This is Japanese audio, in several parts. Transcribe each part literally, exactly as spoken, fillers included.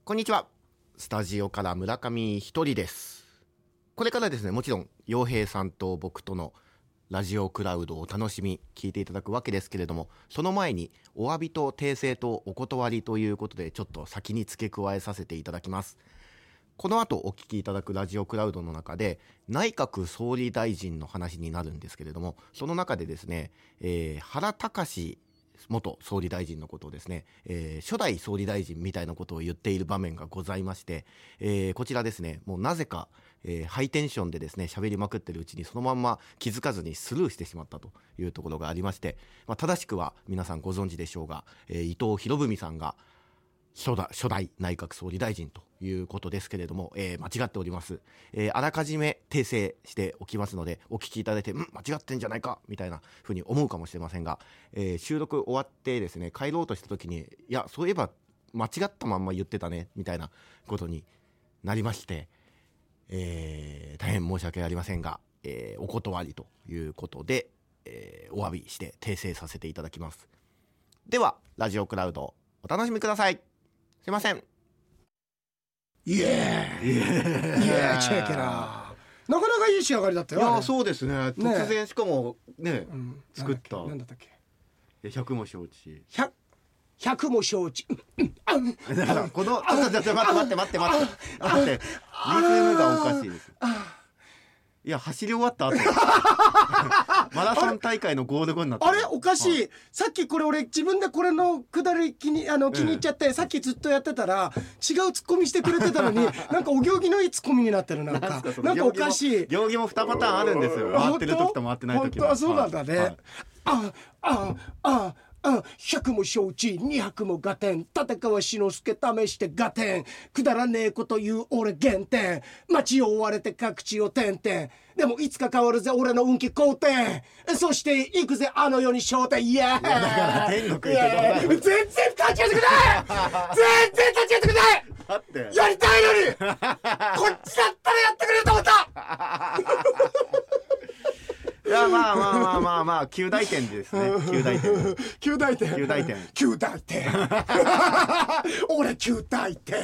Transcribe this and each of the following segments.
こんにちは。スタジオから村上ひとりです。これからですね、もちろん陽平さんと僕とのラジオクラウドをお楽しみ聞いていただくわけですけれども、その前にお詫びと訂正とお断りということで、ちょっと先に付け加えさせていただきます。この後お聞きいただくラジオクラウドの中で内閣総理大臣の話になるんですけれども、その中でですね、えー、原敬元総理大臣のことをですね、えー、初代総理大臣みたいなことを言っている場面がございまして、えー、こちらですね、もうなぜか、えー、ハイテンションでですね喋りまくってるうちにそのまんま気づかずにスルーしてしまったというところがありまして、まあ、正しくは皆さんご存知でしょうが、えー、伊藤博文さんが初代、初代内閣総理大臣ということですけれども、えー、間違っております、えー、あらかじめ訂正しておきますので、お聞きいただいてん間違ってんじゃないかみたいなふうに思うかもしれませんが、えー、収録終わってですね帰ろうとした時に、いやそういえば間違ったまんま言ってたねみたいなことになりまして、えー、大変申し訳ありませんが、えー、お断りということで、えー、お詫びして訂正させていただきます。ではラジオクラウドお楽しみください。すいません。 イエーイイエーイチェケラなかなかいい仕上がりだったよ。 いやそうですね、突然しかもね、うん、作ったなんだったっけ、 ひゃくも承知ひゃくも承知だからこのちょっと待って待って待って待って待ってリズムがおかしいです。いや走り終わった後マラソン大会のゴール後になって、 あれおかしい、はい、さっきこれ俺自分でこれのくだり気にあの気に入っちゃって、ええ、さっきずっとやってたら違うツッコミしてくれてたのになんかお行儀のいいツッコミになってる。なんかなんかおかしい。 行儀もにパターンあるんですよ。回ってる時と回ってない時は。 本当はそうなんだね、はい、ああああひゃくも承知にひゃくも合点、立川志の輔試して合点、くだらねえこと言う俺原点、街を追われて各地を転々、でもいつか変わるぜ俺の運気好転、そして行くぜあの世に焦点、イエーイ。 だから天国行ってください。 全然立ち会ってくれない全然立ち会ってくれないだってやりたいのにこっちだったらやってくれると思ったいやまあまあまあまあまあきゅう大点ですね。きゅう大点きゅう大点きゅう大点きゅう大点俺きゅう大点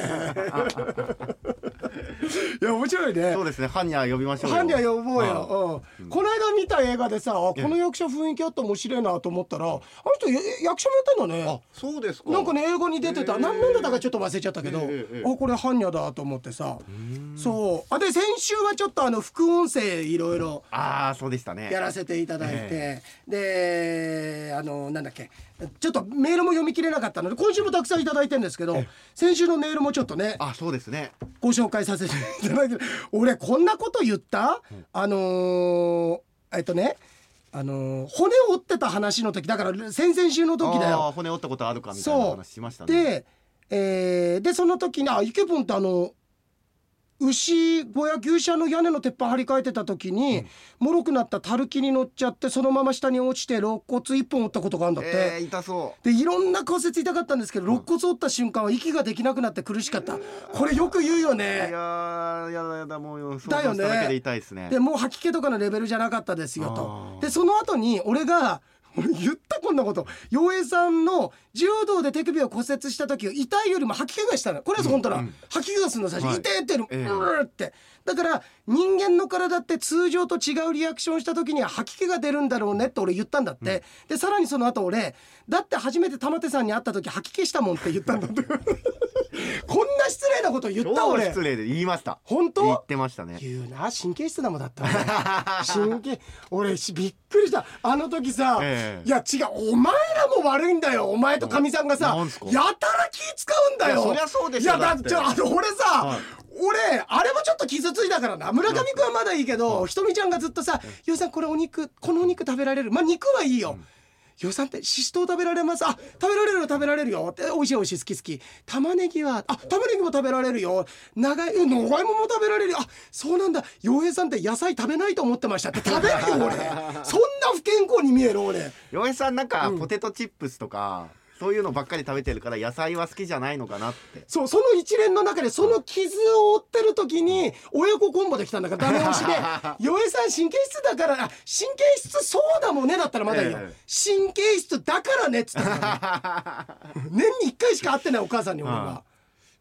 いや面白いね。 そうですね、ハンニャ呼びましょうよ。 ハンニャ呼ぼうよ、うん、この間見た映画でさ、あこの役者雰囲気あって面白いなと思ったら、あの人役者もやってんだね。 あそうですか。 なんかね映画に出てた、何なんだったかちょっと忘れちゃったけど、あこれハンニャだと思ってさ、そうあで先週はちょっとあの副音声いろいろああそうでしたねやらせていただいて、であのなんだっけちょっとメールも読み切れなかったので今週もたくさんいただいてるんですけど、先週のメールもちょっとねあそうですねご紹介させていただいて、俺こんなこと言った、うん、あのー、えっとねあのー、骨を折ってた話の時だから先々週の時だよ。 骨折ったことあるかみたいな話しましたね。 で、えー、でその時にあイケボンってあの牛小屋牛舎の屋根の鉄板張り替えてた時に、うん、もろくなったたるきに乗っちゃってそのまま下に落ちて肋骨一本折ったことがあるんだって、 えー、痛そうでいろんな骨折痛かったんですけど、うん、肋骨折った瞬間は息ができなくなって苦しかった、うん、これよく言うよね。 いややだやだもう想像しただけで痛いですね。 でもう吐き気とかのレベルじゃなかったですよと。でその後に俺が俺言ったこんなこと陽平さんの柔道で手首を骨折した時痛いよりも吐き気がしたの。これは本当だ、うんうん、吐き気がするの最初、はい、痛いってる、えー、うーってだから人間の体って通常と違うリアクションした時には吐き気が出るんだろうねって俺言ったんだって、うん、でさらにその後俺だって初めて玉手さんに会った時吐き気したもんって言ったんだってこんな失礼なこと言った俺。 超失礼で言いました。 本当言ってましたね。 言うな神経質なもんだった神経俺びっくりしたあの時さ、えー、いや違うお前らも悪いんだよ。お前とかみさんがさやたら気使うんだよ。 いやそりゃそうでしょ。 いやだってあの俺さ、はい、俺あれもちょっと傷ついたからな。村上くんはまだいいけど、はい、ひとみちゃんがずっとさ「ゆうさんこれお肉このお肉食べられる?」まあ肉はいいよ、うんよさんってししとう食べられます？あ食べられるよ食べられるよって美味しい美味しい好き好き。玉ねぎはあ玉ねぎも食べられるよ。長い長芋も食べられるよ。あそうなんだ陽平さんって野菜食べないと思ってましたって食べるよ俺そんな不健康に見える俺。 陽平さんなんか、うん、ポテトチップスとかそういうのばっかり食べてるから野菜は好きじゃないのかなって。 そうその一連の中でその傷を負ってる時に親子コンボできたんだからダメ押しで陽平さん神経質だからあ神経質そうだもんねだったらまだいいよ、えー、神経質だからねっつったら年にいっかいしか会ってないお母さんに俺は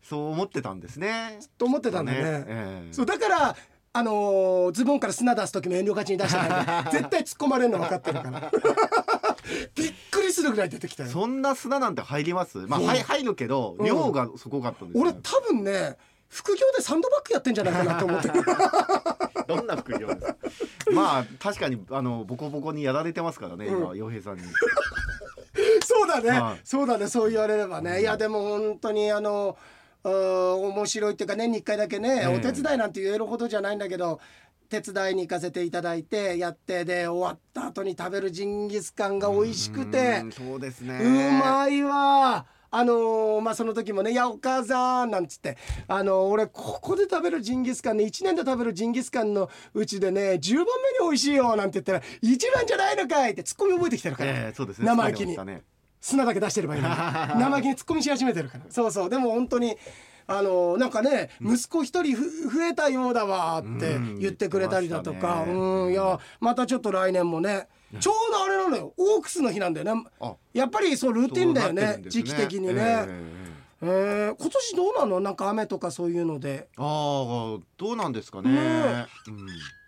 そう思ってたんですねと思ってたんだね、 えー、 そうだからあのー、ズボンから砂出す時も遠慮がちに出してない絶対突っ込まれるの分かってるからびっくりするぐらい出てきたよ。 そんな砂なんて入ります？まあ、うん、入るけど量がすごかったんですよ、 うん、俺多分ね副業でサンドバッグやってんじゃないかなと思ってどんな副業ですか？まあ確かにあのボコボコにやられてますからね、うん、今洋平さんにそうだね、 はい、 そうだね、そう言われればね、うん、いやでも本当にあの面白いっていうか年にいっかいだけね、えー、お手伝いなんて言えるほどじゃないんだけど手伝いに行かせていただいてやってで終わった後に食べるジンギスカンが美味しくて、 うん、そうですね、 うまいわ。あのー、まあその時もね「いやお母さん」なんつって「あのー、俺ここで食べるジンギスカンねいちねんで食べるジンギスカンのうちでねじゅうばんめに美味しいよ」なんて言ったら「一番じゃないのかい」ってツッコミ覚えてきてるから、 えーそうですね、 生意気に、ね、砂だけ出してればいいのに生意気にツッコミし始めてるからそうそう。でも本当にあのなんかね息子一人ふ増えたようだわって言ってくれたりだとか、うん、うん、いやまたちょっと来年もねちょうどあれなのよオークスの日なんだよね。やっぱりそうルーティンだよ ね, ね時期的にね、えーえー、今年どうなのなんか雨とかそういうので。 ああどうなんですかね、ねうん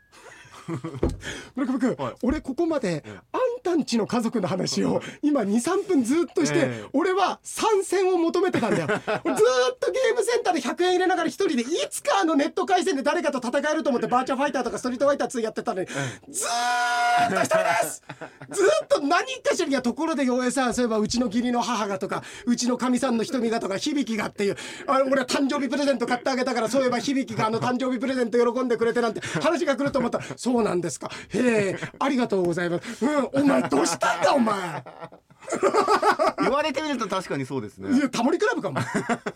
村上君、はい、俺ここまで、ええ、あんたんちの家族の話を今 にさんぷんずっとして、ええ、俺は参戦を求めてたんだよずっとゲームセンターでひゃくえん入れながら一人でいつかあのネット回線で誰かと戦えると思ってバーチャルファイターとかストリートファイターツーやってたのに、ええ、ずーっと一人ですずっと何かしら。いやところで洋平さんそういえばうちの義理の母がとかうちのかみさんの瞳がとか響がっていうあ俺は誕生日プレゼント買ってあげたからそういえば響があの誕生日プレゼント喜んでくれてなんて話が来ると思ったらそうなんですかへえありがとうございます、うん、お前どうしたんだお前言われてみると確かにそうですね。 いやタモリクラブかも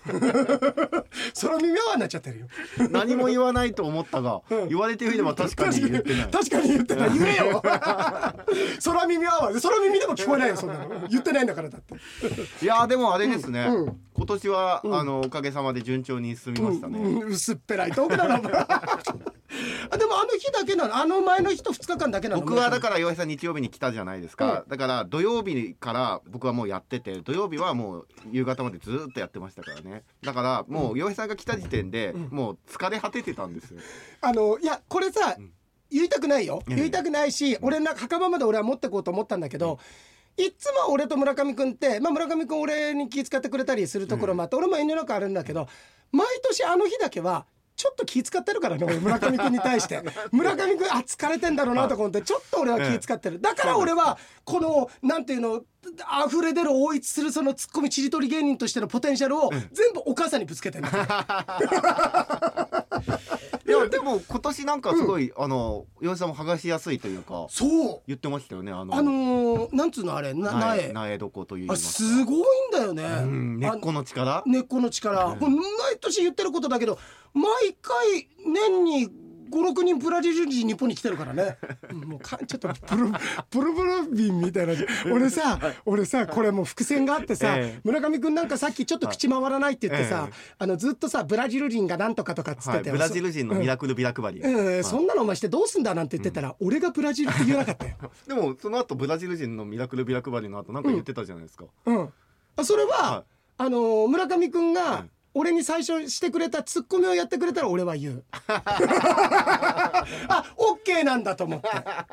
空耳アワーになっちゃってるよ何も言わないと思ったが、うん、言われてみれば確かに言ってない確かに言ってない言えよ空耳アワー空耳でも聞こえないよそんなの言ってないんだからだっていやでもあれですね、うんうん、今年は、うん、あのおかげさまで順調に進みましたね、 うんうん、薄っぺらいトークだなあでもあの日だけなのあの前の日とふつかかんだけなの。 僕はだから洋平さん日曜日に来たじゃないですか、うん、だから土曜日から僕はもうやってて土曜日はもう夕方までずっとやってましたからね。だからもう洋平さんが来た時点で、うん、もう疲れ果ててたんですよ。 あのいやこれさ、うん、言いたくないよ言いたくないし、うん、俺の墓場まで俺は持ってこうと思ったんだけど、うん、いつも俺と村上くんって、まあ、村上くん俺に気遣ってくれたりするところもあって、うん、俺も遠慮なくあるんだけど毎年あの日だけはちょっと気遣ってるからね俺村上君に対して村上君あ疲れてんだろうなと思ってちょっと俺は気遣ってる。だから俺はこのなんていうの溢れ出る応一するそのツッコミちりとり芸人としてのポテンシャルを全部お母さんにぶつけてるいやでも今年なんかすごい、うん、あの洋平さんも剥がしやすいというかそう言ってましたよね。あの、 あのー、なんつうのあれな苗苗床というあすごいんだよね、 うん、根っこの力根っこの力、うん、これ毎年言ってることだけど毎回年にごろくにんブラジル人日本に来てるからねもうかちょっとプルプルプル瓶みたいな俺さ俺さこれもう伏線があってさ、えー、村上くんなんかさっきちょっと口回らないって言ってさ、えー、あのずっとさブラジル人がなんとかとかっつってて、 はい、ブラジル人のミラクルビラ配り、 うんうんはい、そんなのお前してどうすんだなんて言ってたら、うん、俺がブラジルって言わなかったよでもその後ブラジル人のミラクルビラ配りの後なんか言ってたじゃないですか、 うんうん、あそれは、はい、あのー、村上くんが、うん俺に最初してくれたツッコミをやってくれたら俺は言うあ、オッケーなんだと思って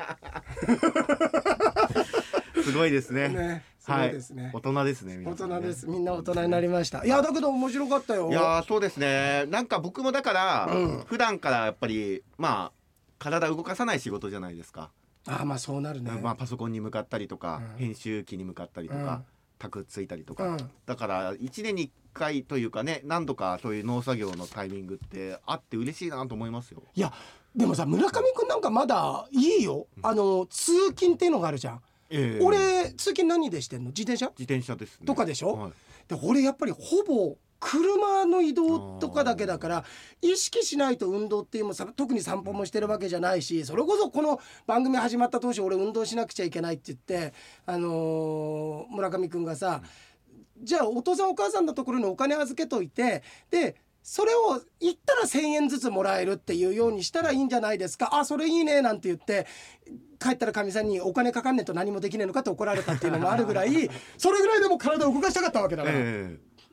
すごいですね。 ねすごいですね、 はい、大人ですね。 大人です。みんな大人になりました。いやだけど面白かったよ。 いやそうですね。なんか僕もだから、うん、普段からやっぱりまあ体動かさない仕事じゃないですか。 あまあそうなるね。 まあパソコンに向かったりとか、うん、編集機に向かったりとか、うん、タクついたりとか、うん、だからいちねんにいっかいというかね何度かそういう農作業のタイミングってあって嬉しいなと思いますよ。 いやでもさ村上くんなんかまだいいよ、うん、あの通勤っていうのがあるじゃん、えー、俺通勤何でしてんの自転車自転車です、ね、 とかでしょ、はい、で俺やっぱりほぼ車の移動とかだけだから意識しないと運動っていうもさ特に散歩もしてるわけじゃないしそれこそこの番組始まった当初俺運動しなくちゃいけないって言ってあのー、村上くんがさ、うんじゃあお父さんお母さんのところにお金預けといてでそれを言ったらせんえんずつもらえるっていうようにしたらいいんじゃないですかあそれいいねなんて言って帰ったらかみさんにお金かかんねえと何もできねえのかって怒られたっていうのもあるぐらいそれぐらいでも体を動かしたかったわけだから、えー、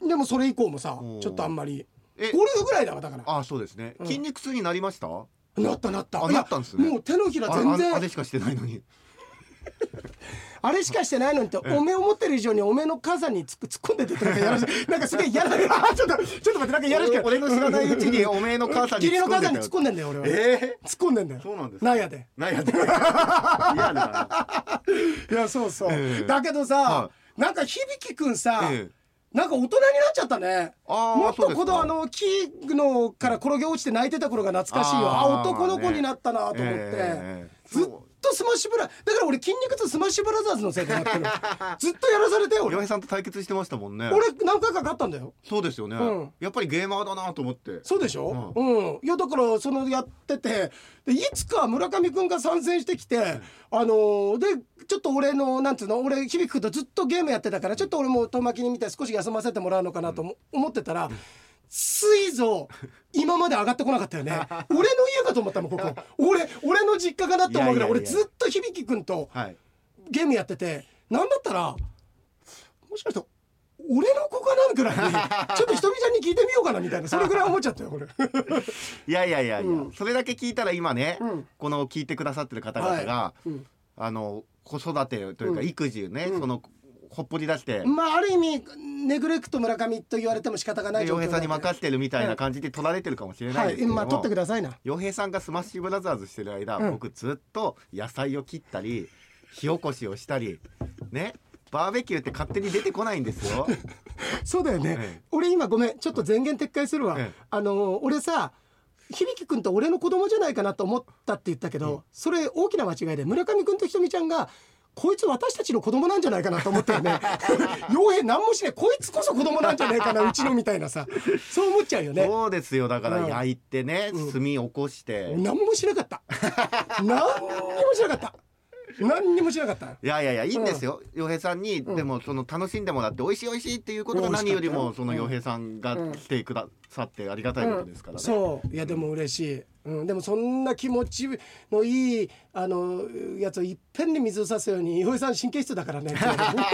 でもそれ以降もさおーちょっとあんまりえゴルフぐらいだわだからあそうですね、 うん筋肉痛になりました？ なったなったあいやなったんですね。 もう手のひら全あ然あれああれしかしてないのにしかしてないのにっておめを持ってる以上におめの母さんに突っ突っ込んでてってなんかやらしいなんかすげえやらしいあちょっとちょっと待ってなんかやらしく俺の知らないうちにおめえの母さんに義理の母さんに突っ込んんでんだよ俺はえ突っ込んでんだよそうなんですかなんやでなんやで嫌だないやそうそう、 ええだけどさ、 はなんか響くんさ、 ええなんか大人になっちゃったねあーもっとそうですかこのあの木のから転げ落ちて泣いてた頃が懐かしいよああー男の子になったなと思って、 ええずっとスマッシュブラだから俺筋肉痛スマッシュブラザーズのせいでなってるずっとやらされてよ俺洋平さんと対決してましたもんね。 俺何回か勝ったんだよそうですよね、 うんやっぱりゲーマーだなと思って。 そうでしょ、うん、いやだからそのやっててでいつか村上くんが参戦してきて、あのーでちょっと俺のなんつうの俺響くとずっとゲームやってたからちょっと俺も遠巻きに見て少し休ませてもらうのかなとも思ってたら、ついぞ今まで上がってこなかったよね俺の家かと思ったもんここ俺俺の実家かなって思うぐらいいやいやいや俺ずっと響くんとはいゲームやっててなんだったらもしかしたら俺の子かなぐらいにちょっとひとみちゃんに聞いてみようかなみたいなそれぐらい思っちゃったよ俺いやいやいやいや、 うんそれだけ聞いたら今ね、 うんこの聞いてくださってる方々が、 うんあの子育てというかうん育児ね、 うんそのほっぽり出して、 まあある意味ネグレクト村上と言われても仕方がないで洋平さんにだ任せてるみたいな感じで取られてるかもしれないはいですけども、 まあ取ってくださいな洋平さんがスマッシュブラザーズしてる間、 うん僕ずっと野菜を切ったり火起こしをしたりねバーベキューって勝手に出てこないんですよそうだよね、 ええ俺今ごめんちょっと前言撤回するわ、 ええあの俺さ響くんと俺の子供じゃないかなと思ったって言ったけど、 うんそれ大きな間違いで村上くんとひとみちゃんがこいつ私たちの子供なんじゃないかなと思ったよね傭兵何もしないこいつこそ子供なんじゃないかなうちのみたいなさそう思っちゃうよねそうですよだからうん焼いてね、 うん炭起こして、 何もしなかった何にもしなかった何にもしなかったいやいやいやいいんですよ洋、平さんに、 うんでもその楽しんでもらって美味しい美味しいっていうことが何よりもその洋平さんが来てくださってありがたいことですからね、 そういやでも嬉しい、うん、でもそんな気持ちのいいあのやつをいっぺんに水を差すように岩井さん神経質だからね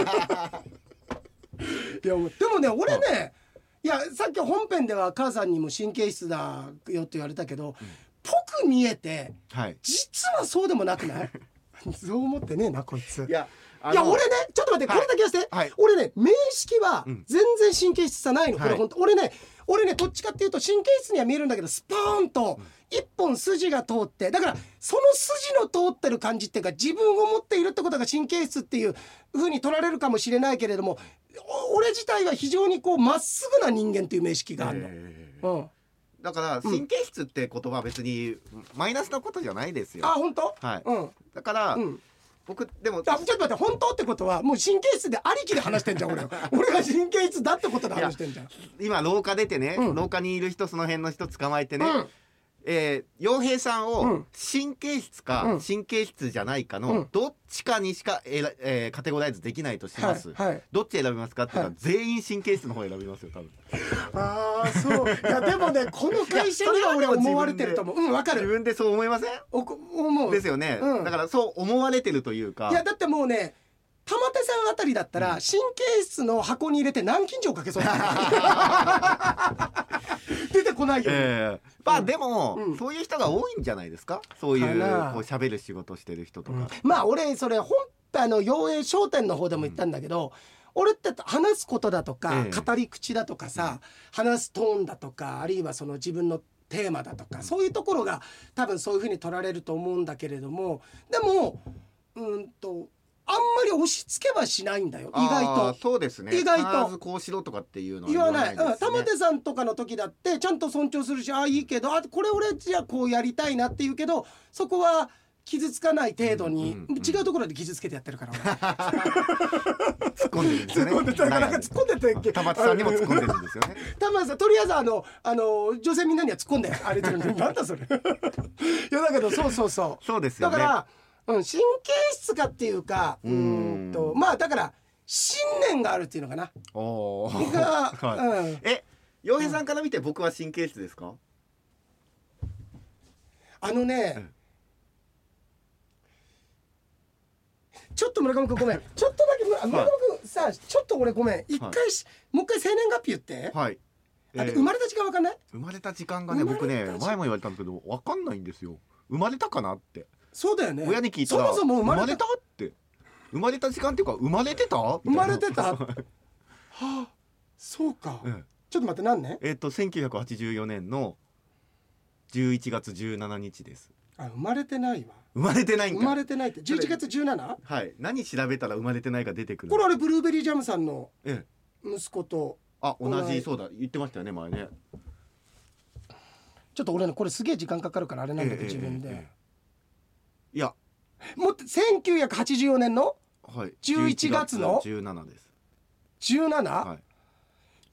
いやもうでもね俺ねいやさっき本編では母さんにも神経質だよって言われたけど、ぽく見えてはい実はそうでもなくないそう思ってねえなこいついやいや俺ねちょっと待って、 はいこれだけ言わせて、 はい俺ね面識はうん全然神経質さないの、これはい本当俺ね俺ねどっちかっていうと神経質には見えるんだけどスパーンと一本筋が通ってだからその筋の通ってる感じっていうか自分を持っているってことが神経質っていう風に取られるかもしれないけれどもお俺自体は非常にこうまっすぐな人間っていう面識があるの、 えーうん、 だから神経質って言葉は別にマイナスなことじゃないですよ、 あ本当はいうんだから、 うん僕でもあちょっと待って本当ってことはもう神経質でありきで話してんじゃん俺俺が神経質だってことで話してんじゃん今廊下出てね、 うん廊下にいる人その辺の人捕まえてね、 うんえー、洋平さんをうん神経質かうん神経質じゃないかのうんどっちかにしかえら、えーカテゴライズできないとします、 はいはいどっち選びますかって言ったら、 はい全員神経質の方選びますよ多分ああそういやでもねこの会社には俺思われてると思ううんわかる自分でそう思いませんおこ思うですよね、 うんだからそう思われてるというかいやだってもうね玉手さんあたりだったら神経質の箱に入れて南京錠かけそうだ出てこないよ、 ええまあでも、 うんそういう人が多いんじゃないですかそういうかなこう喋る仕事してる人とか、 うんまあ俺それ本あの陽影商店の方でも言ったんだけど、俺って話すことだとか、 ええ語り口だとかさ、話すトーンだとかあるいはその自分のテーマだとか、そういうところが多分そういうふうに取られると思うんだけれどもでもうんとあんまり押し付けはしないんだよ意外あーと。 そうですね意外と必ずこうしろとかっていうのは言わない、 ですねうん、玉手さんとかの時だってちゃんと尊重するしああいいけどあこれ俺じゃあこうやりたいなって言うけどそこは傷つかない程度に、 うんうんうん違うところで傷つけてやってるから俺突っ込んでるんですよね突っ込んでたなんか突っ込んでたっけ玉津さんにも突っ込んでるんですよね玉田さんとりあえずあのあの女性みんなには突っ込んであれてるんでなんだそれいやだけどそうそうそうそうですよねだから、うん、神経質かっていうかうーんとまあだから信念があるっていうのかなおーが、 はいうん、 え洋平さんから見て僕は神経質ですか？ あのね、 うんちょっと村上君ごめんちょっとだけ村村上君さちょっと俺ごめん一回し、はい、もう一回生年月日言ってはい、 えー、あと生まれた時間わかんない？ 生まれた時間がね僕ね前も言われたんですけどわかんないんですよ。生まれたかなって。 そうだよね。 親に聞いたらそもそも生まれ た, 生まれたって生まれた時間っていうか生まれてた生まれてたはあそうか、うん、ちょっと待って何年？ えっ、ー、とせんきゅうひゃくはちじゅうよねんのじゅういちがつじゅうしちにちです。 あ生まれてないわ。 生まれてないんか。 生まれてないってじゅういちがつじゅうしち？ はい何調べたら生まれてないか出てくる。 これあれブルーベリージャムさんの息子と、 ええ、あ同じそうだ言ってましたよね前ね。 ちょっと俺ねこれすげえ時間かかるからあれなんだけど、ええ、自分で、ええええ、 いやもっとせんきゅうひゃくはちじゅうよねんのじゅういちがつのじゅうしちです。 じゅうなな？はい、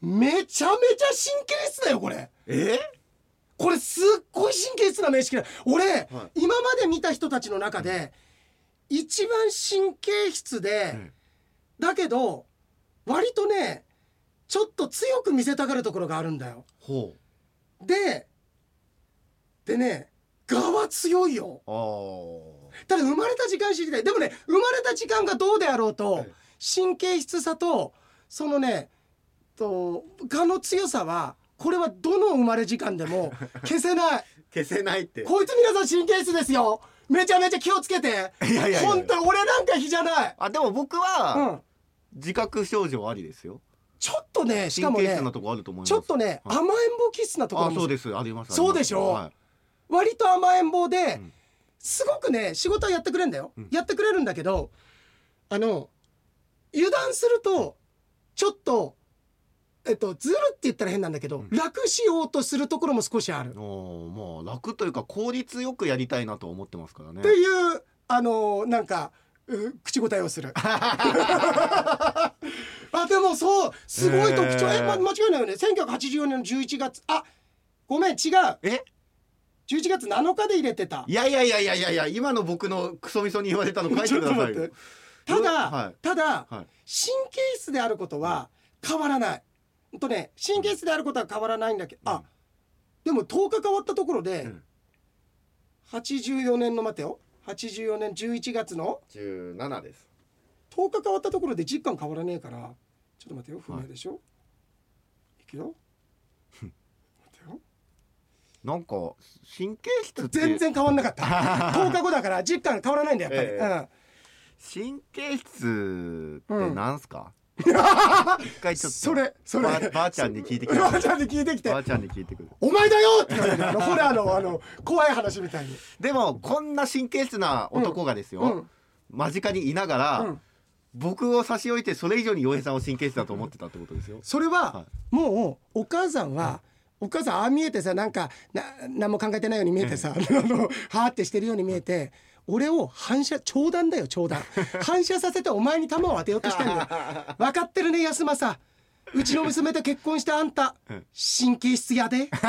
めちゃめちゃ神経質だよこれ。 えこれすっごい神経質な名式だ。俺、はい、今まで見た人たちの中で、うん、一番神経質で、うん、だけど割とねちょっと強く見せたがるところがあるんだよ。 ほうででね我は強いよ。 あただ生まれた時間知りたい。でもね生まれた時間がどうであろうと、はい、神経質さとそのねと我の強さはこれはどの生まれ時間でも消せない消せないってこいつ皆さん神経質ですよ。めちゃめちゃ気をつけて。いやいや本当に俺なんか比じゃない。 あでも僕は、うん、自覚症状ありですよ。 ちょっとねしかもね神経質なとこあると思います。 ちょっとね、はい、甘えん坊気質なところもあそうですあります。 そうでしょ、はい、割と甘えん坊で、うん、すごくね仕事はやってくれるんだよ、うん、やってくれるんだけどあの油断するとちょっとえっと、ずるって言ったら変なんだけど、うん、楽しようとするところも少しある。 おまあ楽というか効率よくやりたいなと思ってますからね。 っていうあのなんか口答えをするあでもそうすごい特徴、えー、え、ま、間違いないよね。せんきゅうひゃくはちじゅうよねんのじゅういちがつあごめん違うえじゅういちがつなのかで入れてた。 いやいやいやいやいやいや今の僕のクソみそに言われたの書いてくださいよただ、 はい、 ただ、 はい、 神経質であることは変わらない。とね、神経質であることは変わらないんだけど、うん、あでもとおか変わったところで、うん、はちじゅうよねんの待てよはちじゅうよねんじゅういちがつのじゅうななです。 とおか変わったところで実感変わらねえからちょっと待てよ不明でしょ、はい、いくよ待てよなんか神経質って全然変わんなかったとおかごだから実感変わらないんだよやっぱり、えーうん、神経質ってなんすか、うん一回ちょっとそれそれば, ばあちゃんに聞いてきてばあちゃんに聞いてきてばあちゃんに聞いてくるお前だよって言われるあのホラーのあの怖い話みたいに。 でもこんな神経質な男がですよ、うん、間近にいながら、うん、僕を差し置いてそれ以上に洋平さんを神経質だと思ってたってことですよ。 それは、はい、もうお母さんは、うん、お母さんああ見えてさなんかな何も考えてないように見えてさ、ええ、あのはーってしてるように見えて俺を反射長弾だよ長弾反射させてお前に弾を当てようとしてるんだよ分かってるね安政うちの娘と結婚したあんた神経質やで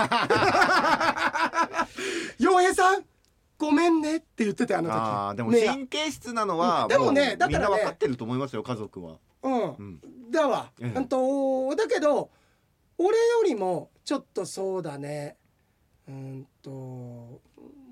洋平さんごめんねって言っててあの時。 あでも神経質なのは、 ね、でもねだからねみんな分かってると思いますよ家族は。 うん、うん、だわ、うん、とだけど俺よりもちょっとそうだねうんと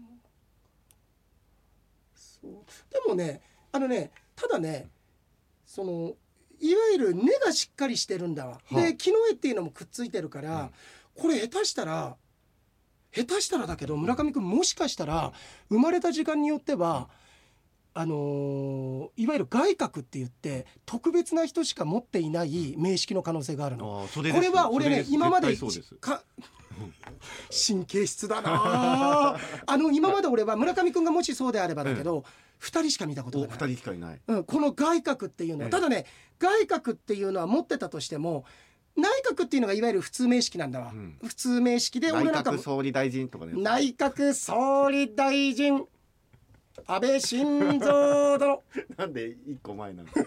でもねあのねただねそのいわゆる根がしっかりしてるんだわ。で木の絵っていうのもくっついてるから、うん、これ下手したら下手したらだけど村上くんもしかしたら生まれた時間によってはあのー、いわゆる外角って言って特別な人しか持っていない名式の可能性があるの。 あそれこれは俺ね今までか神経質だなあの今まで俺は村上くんがもしそうであればだけど、ええ、ふたりしか見たことがない。 ふたりしかいない、 うん、この外角っていうのは、ええ、ただね外角っていうのは持ってたとしても内閣っていうのがいわゆる普通名式なんだわ、うん、普通名式で俺なんか内閣総理大臣とかね内閣総理大臣安倍晋三殿なんで一個前なの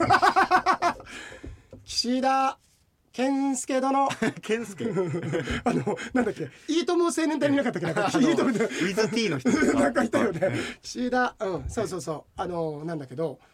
岸田健介殿健介あのなんだっけいいとも青年隊になかったっけなんかいいともウィズ T の人なんかいたよね岸田うんそうそうそうあのなんだけど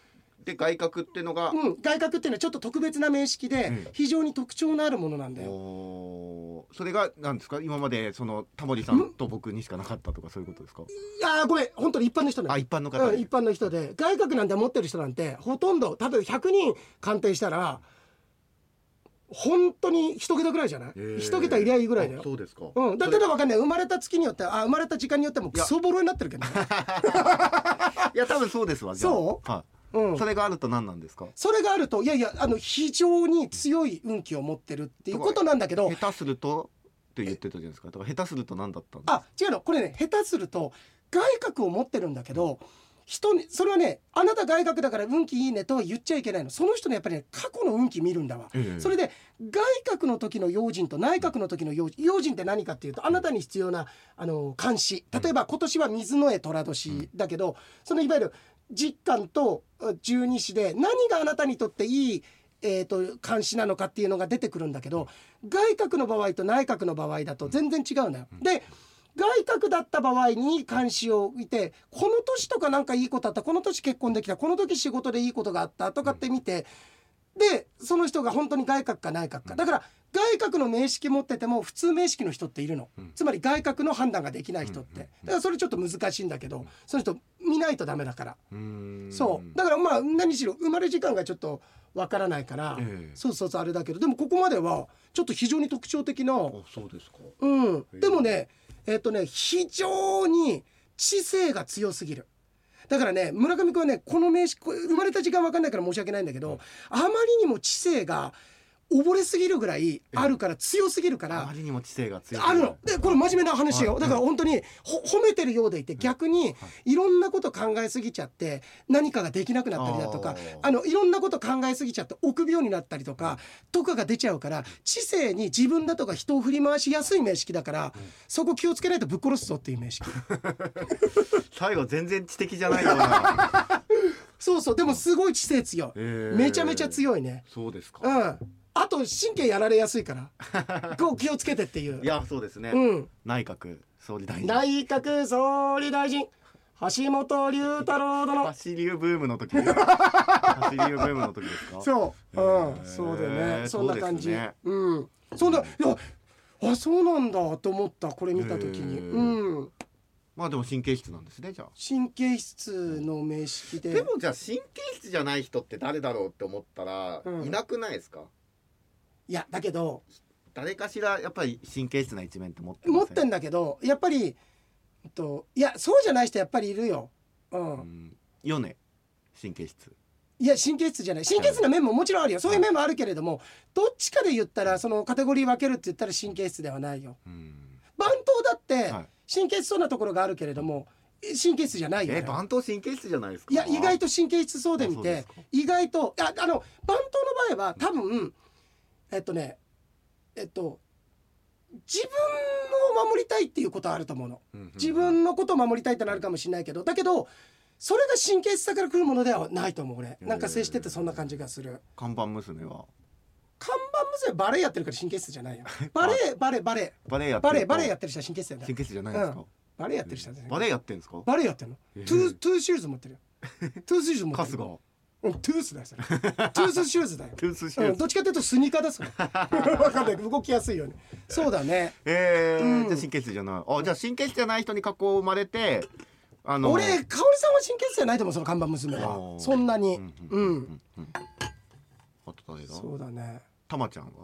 で外角っていうのが、 うん、外角っていうのはちょっと特別な名式で、 うん、 非常に特徴のあるものなんだよ。 おそれが何ですか？今までそのタモリさんと僕にしかなかったとかそういうことですか？ いやごめん本当に一般の人ね。 あ一般の方、 うん、一般の人で外角なんて持ってる人なんてほとんど例えばひゃくにん鑑定したら本当に一桁ぐらいじゃない？一桁いりゃいいぐらいだよ。 そうですか。 うん、だってわかんない。生まれた月によってあ生まれた時間によってもクソボロになってるけどね。 いや多分そうですわ。 そう、 はい、 うん、 それがあると何なんですか？ それがあるといやいやあの非常に強い運気を持ってるっていうことなんだけど、 下手するとって言ってたじゃないですか。だから下手すると何だったんですか？ あ違うのこれね下手すると外角を持ってるんだけど、人にそれはねあなた外角だから運気いいねとは言っちゃいけないの。その人のやっぱりね過去の運気見るんだわ、ええ、それで外角の時の用心と内角の時の用心、用心って何かっていうとあなたに必要なあの監視、例えば今年は水の絵寅年だけど、そのいわゆる実感と十二支で何があなたにとっていいえーと監視なのかっていうのが出てくるんだけど、外角の場合と内角の場合だと全然違うんだよ。で外角だった場合に監視を見てこの年とかなんかいいことあった、この年結婚できた、この時仕事でいいことがあったとかって見て、でその人が本当に外角か内角か、だから外角の名式持ってても普通名式の人っているの、つまり外角の判断ができない人って、だからそれちょっと難しいんだけど、その人見ないとダメだから、うーんそうだからまあ何しろ生まれ時間がちょっとわからないから、えー、そうそうそうあれだけど、でもここまではちょっと非常に特徴的な。あそうですか、 うん、でもねえっとね非常に知性が強すぎる。だからね村上君はねこの名詞生まれた時間分かんないから申し訳ないんだけど、うん、あまりにも知性が溺れすぎるぐらいあるから、強すぎるから、 あまりにも知性が強いあるので、これ真面目な話よ、はい、だから本当にほ褒めてるようでいて、逆にいろんなこと考えすぎちゃって何かができなくなったりだとか、あのいろんなこと考えすぎちゃって臆病になったりとかとかが出ちゃうから、知性に自分だとか人を振り回しやすい名式だから、うん、そこ気をつけないとぶっ殺すぞっていう名式最後全然知的じゃないようなそうそう、でもすごい知性強い、えー、めちゃめちゃ強いね。 そうですか。 うんあと神経やられやすいからこう気をつけてっていう。 いやそうですね、うん、内閣総理大臣内閣総理大臣橋本龍太郎殿。 橋流ブームの時橋流ブームの時ですか？ そう、うん、そうだよね、そんな感じ、ね、うん、そんな、いやあそうなんだと思ったこれ見た時に。うん、 まあでも神経質なんですね。じゃあ神経質の名式で。 でもじゃあ神経質じゃない人って誰だろうって思ったら、うん、いなくないですか？ いやだけど誰かしらやっぱり神経質な一面って持ってません？ 持ってんだけどやっぱりといやそうじゃない人やっぱりいるよ。うん、うん、 よね神経質。 いや神経質じゃない、神経質な面ももちろんあるよ、そういう面もあるけれども、どっちかで言ったらそのカテゴリー分けるって言ったら神経質ではないよ。うん、番頭だって神経質そうなところがあるけれども神経質じゃないよ、ね。 え番頭神経質じゃないですか？ いや意外と神経質そうで見て、意外とああの番頭の場合は多分、うんえっとねえっと自分を守りたいっていうことはあると思うの、うんうんうん、自分のことを守りたいってなるかもしれないけど、だけどそれが神経質さから来るものではないと思う俺。なんか接しててそんな感じがする。 看板娘は看板娘バレエやってるから神経質じゃないよバレエバレエバレエバレエやってバレエバレエやってる人は神経質だよね。 神経質じゃないですか、うん、 バレエやってる人は、ね、 バレエやってるんですか？ バレエやってるの、えー、トゥートゥーシューズ持ってるよトゥーシューズ持ってる春日うん、トゥースだよそれトゥースシューズだよトゥースシューズ、 うん、どっちかというとスニーカーだそれ分かんない動きやすいよね。そうだねえーうん、じゃあ神経質じゃない。あじゃあ神経質じゃない人に囲まれてあの俺香織さんは神経質じゃないと思うその看板娘はそんなにうんあと誰だ？ そうだねたまちゃんは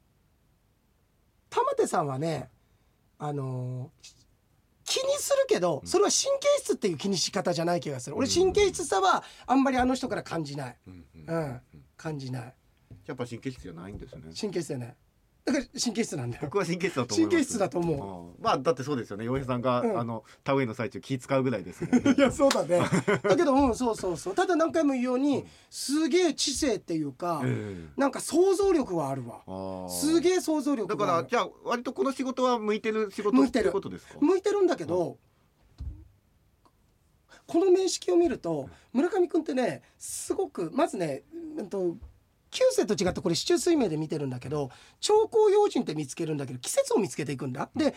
玉手さんはねあのー気にするけどそれは神経質っていう気にし方じゃない気がする。俺神経質さはあんまりあの人から感じない、うんうん、感じない。 やっぱ神経質じゃないんですね。 神経質だね。だから神経質なんだよ。 僕は神経質だと思います。 神経質だと思う。まあだってそうですよね。洋平さんが、うん、あの田植えの最中気使うぐらいですもんね。 いやそうだね。だけどうんそうそうそう。ただ何回も言うように、うん、すげえ知性っていうか、えー、なんか想像力はあるわ。すげえ想像力がある。 だからじゃあ割とこの仕事は向いてる仕事っていうことですか？ 向いてるんだけど。うんこの名式を見ると村上くんってねすごくまずね、うんと旧世と違ってこれ四柱推命で見てるんだけど長江要人って見つけるんだけど季節を見つけていくんだ。で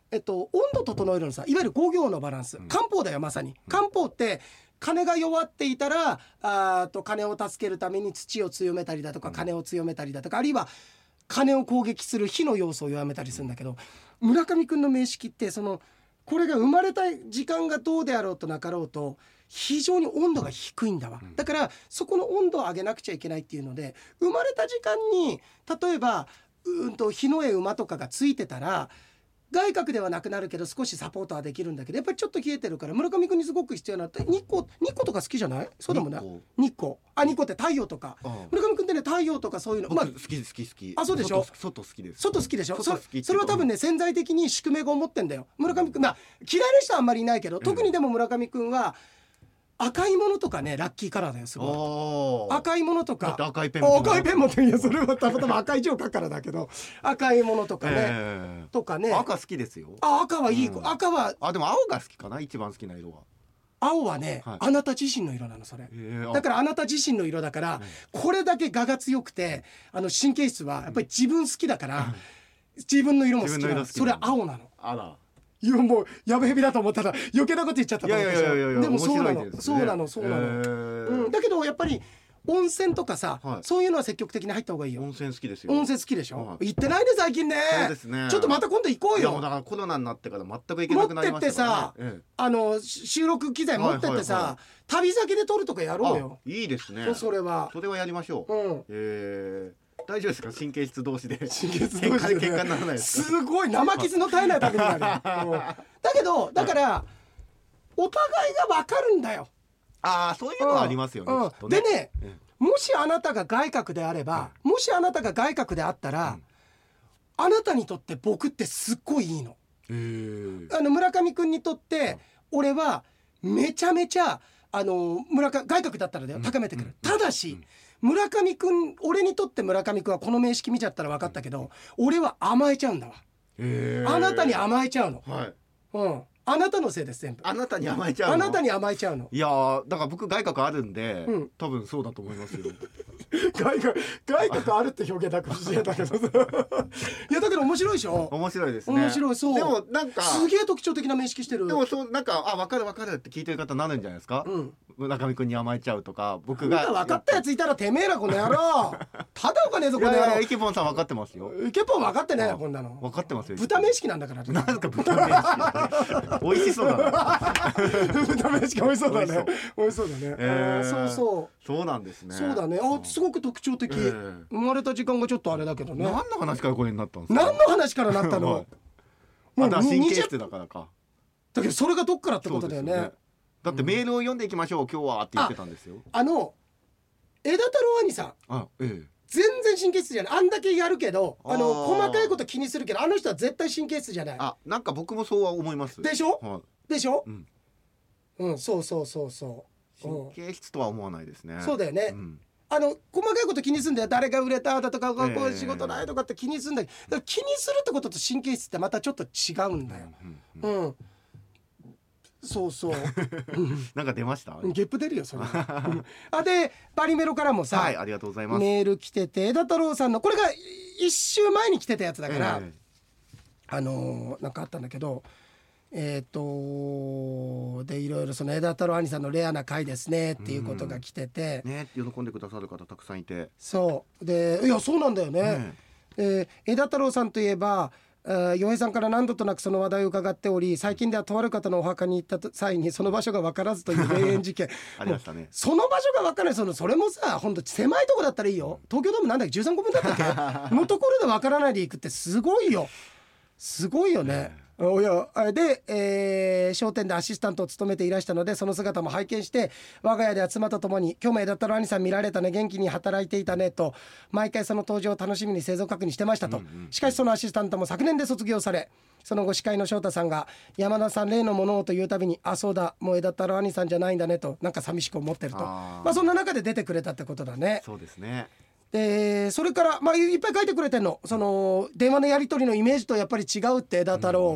えっと、温度整えるのさ、いわゆる五行のバランス、 うん漢方だよまさに。漢方って金が弱っていたらあと金を助けるために土を強めたりだとか、 うん金を強めたりだとか、あるいは金を攻撃する火の要素を弱めたりするんだけど、村上くんの名式ってそのこれが生まれた時間がどうであろうとなかろうと非常に温度が低いんだわ。だからそこの温度を上げなくちゃいけないっていうので、生まれた時間に例えばうんと火の絵馬とかがついてたら外角ではなくなるけど少しサポートはできるんだけど、やっぱりちょっと冷えてるから村上くんにすごく必要な日光日光とか好きじゃない？そうでもない。 日光日光あ日光って太陽とか、 ああ村上くんってね太陽とかそういうの、まあ僕好き好き好き。 あそうでしょ。 外外好きです。 外好きでしょ。そ外好きっていうかそれは多分ね潜在的に宿命が思ってんだよ村上くん。まあ嫌いな人はあんまりいないけど、特にでも村上くんは赤いものとかねラッキーカラーだよすごい。 あ赤いものとだっかて赤いペンも赤いペン持っていやそれはたまたま赤い字を書くからだけど赤いものとかね、 えとかねー、赤好きですよ。 あ赤はいい、 うん赤はあでも青が好きかな、一番好きな色は。 青はね、 はいあなた自身の色なのそれ。 えー、 だからあなた自身の色だから、これだけ我が強くてあの神経質はやっぱり自分好きだから、自分の色も好きなの。それは青なの。 あらいやもうやぶへびだと思ったら余計なこと言っちゃったと思ったでしょ。 いやいやいやいやでもそうなの、 面白いですねそうなのそうなの、 えーうん、だけどやっぱり温泉とかさ、 はいそういうのは積極的に入った方がいいよ。 温泉好きですよ。 温泉好きでしょ、 はい行ってないね最近ね。 そうですね。 ちょっとまた今度行こういやもうよ。 だからコロナになってから全く行けなくなりましたからね。 持ってあのし収録機材持ってってさ、 はいはいはい旅先で撮るとかやろうあよ。 いいですね。 そうそれはそれはやりましょう。 うんえー、大丈夫ですか、神経質同士で。 神経質同士で喧嘩喧嘩にならないですか。 すごい生傷の絶えない旅になる、うんだけどだからお互いが分かるんだよ。 ああそういうのはありますよね。 うんきっとねでね、 うんもしあなたが外角であれば、もしあなたが外角であったら、あなたにとって僕ってすっごいいいの。 へーあの村上くんにとって俺はめちゃめちゃあの村上外角だったらだよ高めてくる、ただし、村上くん俺にとって村上くんはこの名式見ちゃったら分かったけど、俺は甘えちゃうんだわ。 へーあなたに甘えちゃうの、 はい。 うん、あなたのせいです全部。 あなたに甘えちゃうの。 あなたに甘えちゃうの。 いやーだから僕外角あるんで、 うん多分そうだと思いますよ。 外角外角あるって表現だか不思議だけどいやだけど面白いでしょ。 面白いですね。 面白い。そうでもなんかすげえ特徴的な名式してる。 でもそうなんかあ分かる分かるって聞いてる方になるんじゃないですか。 うん、 村上くんに甘えちゃうとか僕分がかったやついたらてめえらこの野郎ただおかねえぞいやいこの野郎。 やイケポンさん分かってますよ。 イケポン分かってねえよこんなの。 分かってますよ。 豚名式なんだからなんすか豚名式美味しそうだな。 豚名式美味しそうだね。美味しそうだね、 えーあーそうそうそうなんですね。 そうだね。あすごく特徴的、 えー生まれた時間がちょっとあれだけどね。 何の話からこれになったんですか。 何の話からなったの、 はいもうまだ神経にじゅう質だからか。 だけどそれがどっからってことだよね。 そうですだってメールを読んでいきましょう今日はって言ってたんですよ。 あの枝太郎兄さんあええ全然神経質じゃない。あんだけやるけどあのあー細かいこと気にするけどあの人は絶対神経質じゃないあなんか僕もそうは思います。 でしょはでしょい。うんうんそうそうそうそう、うん神経質とは思わないですね。 そうだよね、 うんあの細かいこと気にするんだよ。誰が売れただとか、こええういう仕事ないとかって気にするんだけど、だから気にするってことと神経質ってまたちょっと違うんだよ。 うんうんうん、そうそうなんか出ました。 ゲップ出るよそれうんあでバリメロからもさ、 はいありがとうございます。 メール来てて枝太郎さんのこれが一週前に来てたやつだから、 えあのーなんかあったんだけどえっ、とでいろいろその枝太郎兄さんのレアな回ですねっていうことが来てて、 えね喜んでくださる方たくさんいて。 そうでいやそうなんだよね、 ねえー枝太郎さんといえば洋平さんから何度となくその話題を伺っており、最近ではとある方のお墓に行った際にその場所が分からずという霊園事件ありましたねもうその場所が分からない。そのそれもさほんと狭いとこだったらいいよ。東京ドームなんだっけじゅうさんこぶんだったっけのところで分からないで行くってすごいよすごいよね。おやで、えー、商店でアシスタントを務めていらしたのでその姿も拝見して、我が家では妻と共に今日も枝太郎兄さん見られたね元気に働いていたねと毎回その登場を楽しみに製造確認してましたと、 うんうんうんしかしそのアシスタントも昨年で卒業され、その後司会の翔太さんが山田さん例のものをというたびにあそうだもう枝太郎兄さんじゃないんだねとなんか寂しく思ってると、 あーまあそんな中で出てくれたってことだね。 そうですね。 でそれから、まあ、いっぱい書いてくれてんの。その電話のやり取りのイメージとやっぱり違うって枝太郎、 うんうんうん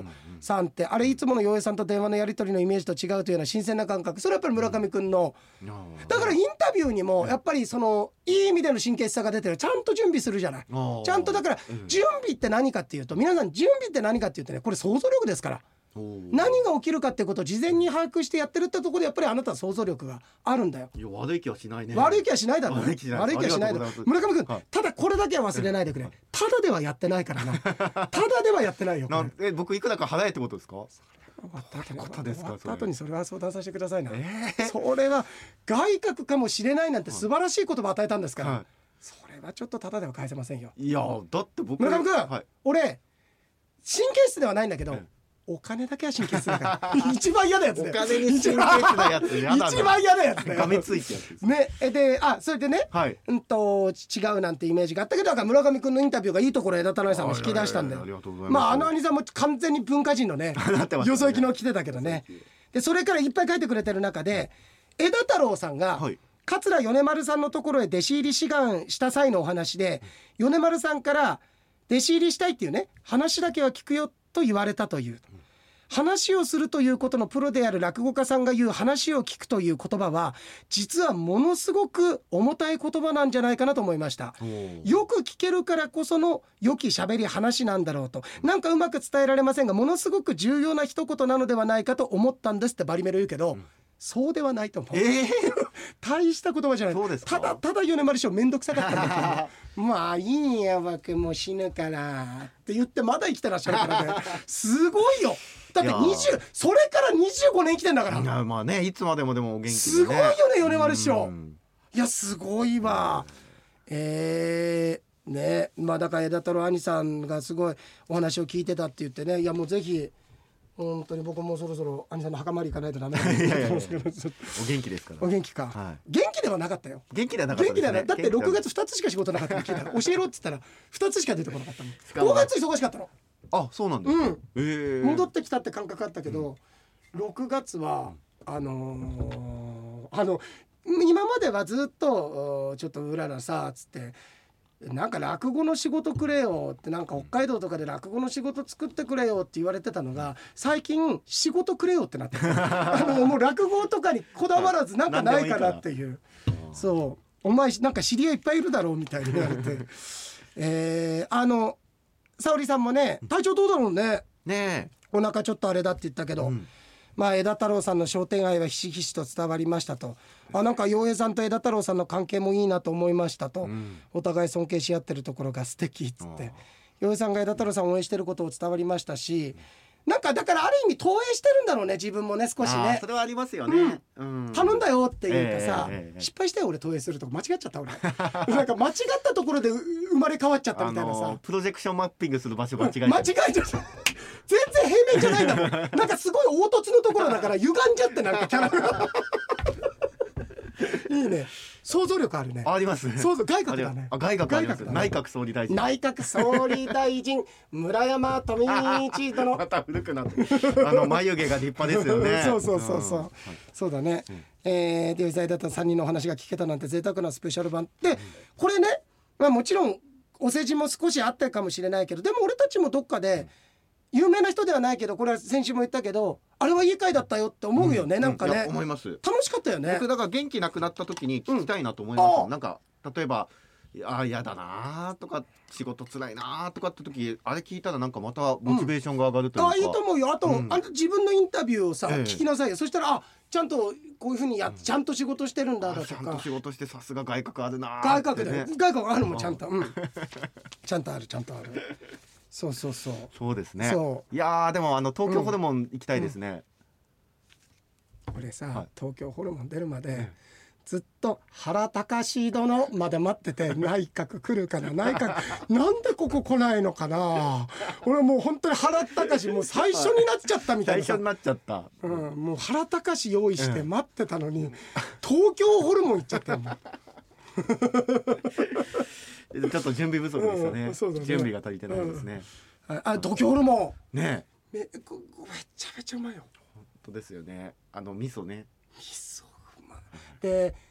さんってあれいつもの洋平さんと電話のやり取りのイメージと違うというような新鮮な感覚、それはやっぱり村上くんの、 うん、 だからインタビューにもやっぱりそのいい意味での神経質さが出てる。ちゃんと準備するじゃない。ちゃんとだから準備って何かっていうと、皆さん準備って何かっていうとね、これ想像力ですから。何が起きるかってことを事前に把握してやってるってところでやっぱりあなたは想像力があるんだよ。 いや悪い気はしないね。 悪い気はしないだろう、ね、 悪い気はしないだろう。村上君、はい、ただこれだけは忘れないでくれ。ただではやってないからな。ただではやってないよ。 なんえ僕いくらか払えってことですか。終わった後にことですか。 終わった後にそれは相談させてくださいな、 えー、 それは外角かもしれないなんて素晴らしい言葉を与えたんですから、はい、それはちょっとただでは返せませんよ。 いやだって僕村上君、 はい、 俺神経質ではないんだけど、ええお金だけは神経質だから一番嫌なやつだよ。 お金に神経質なやつ嫌だな。 一番嫌なやつだよ。 がめついってやつですね。で、あ、それでね、はい、うんと違うなんてイメージがあったけど、だから村上くんのインタビューがいいところ枝田奈さんが引き出したんだよ。まああの兄さんも完全に文化人のねよそ行きの来てたけどね。でそれからいっぱい書いてくれてる中で枝太郎さんが、はい、桂米丸さんのところへ弟子入り志願した際のお話で、米丸さんから弟子入りしたいっていうね話だけは聞くよと言われたという。話をするということのプロである落語家さんが言う話を聞くという言葉は実はものすごく重たい言葉なんじゃないかなと思いました。よく聞けるからこその良き喋り話なんだろうと、なんかうまく伝えられませんがものすごく重要な一言なのではないかと思ったんですってバリメロ言うけど、うん、そうではないと思う、えー、大した言葉じゃない。そうですか。ただただ米丸師匠めんどくさかったんだけどまあいいんや僕もう死ぬからって言ってまだ生きてらっしゃるからねすごいよ。だってにじゅうそれからにじゅうごねん生きてんだから。いやまあねいつまでもでも元気で、ね、 すごいよね米丸師匠。いやすごいわ。えー、ねまあだから枝太郎兄さんがすごいお話を聞いてたって言ってね、いやもうぜひ本当に僕もそろそろ兄さんの墓参り行かないとダメなんですけどお元気ですから。 お元気か、はい、元気ではなかったよ。 元気ではなかったですね。元気ではなだってろくがつふたつしか仕事なかったの聞いたら教えろって言ったらふたつしか出てこなかったの。ごがつ忙しかったの。 あ、そうなんですか、うんえー、戻ってきたって感覚あったけど、うん、ろくがつはあのー、あの今まではずっとちょっとうららさつってなんか落語の仕事くれよってなんか北海道とかで落語の仕事作ってくれよって言われてたのが最近仕事くれよってなってあのもう落語とかにこだわらずなんかないかなっていうそうお前なんか知り合いいっぱいいるだろうみたいに言われてえー、あの沙織さんもね体調どうだろうね。ねえお腹ちょっとあれだって言ったけど、うんまあ、枝太郎さんの商店愛はひしひしと伝わりましたと。あなんか洋平さんと枝太郎さんの関係もいいなと思いましたと、うん、お互い尊敬し合ってるところが素敵っつって洋平さんが枝太郎さんを応援してることを伝わりましたし、なんかだからある意味投影してるんだろうね自分もね少しね。 それはありますよね、 うんうん、頼んだよっていうかさ、えーえー、失敗したよ俺投影するとこ間違っちゃった俺なんか間違ったところで生まれ変わっちゃったみたいなさ、あのー、 プロジェクションマッピングする場所間違えちゃった、うん、間違えちゃった全然平面じゃないんだもんなんかすごい凹凸のところだから歪んじゃってなんかキャラがいいね想像力あるね。 ありますね。 想像外閣だね。 あ外閣あります。内閣総理大臣。 内閣総理大臣村山富一殿また古くなってあの眉毛が立派ですよねそうそうそうそう、うん、そうだね、うん、えー、で時代だったさんにんのお話が聞けたなんて贅沢なスペシャル版で、うん、これね、まあ、もちろんお世辞も少しあったかもしれないけどでも俺たちもどっかで、うん有名な人ではないけどこれは先週も言ったけどあれはいい回だったよって思うよね、うん、なんかね、 うん、思います。 楽しかったよね。 僕だから元気なくなった時に聞きたいなと思います、うん、なんか例えばあ嫌だなとか仕事つらいなとかって時あれ聞いたらなんかまたモチベーションが上がるというか、 うん、あいいと思うよ。あと、うん、あんた自分のインタビューをさ、ええ、聞きなさいよ。そしたらあちゃんとこういう風にや、うん、ちゃんと仕事してるんだだとかちゃんと仕事してさすが外角あるな外角で、ね、外角あるもんちゃんと、うん、ちゃんとあるちゃんとあるそうそうそうそうですね。いやでもあの東京ホルモン行きたいですね、 うんうん、俺さ、はい、東京ホルモン出るまで、うん、ずっと原隆殿まで待ってて内閣来るかな内閣なんでここ来ないのかな俺もう本当に原隆もう最初になっちゃったみたいな最初になっちゃった、 うん、もう原隆用意して待ってたのに、うん、東京ホルモン行っちゃったよもうちょっと準備不足ですよね、うんそうだね、準備が足りてないですね、 うん、あ東京ホルモンねえめめちゃめちゃうまいよ。 本当ですよね。あの味噌ね味噌うまいで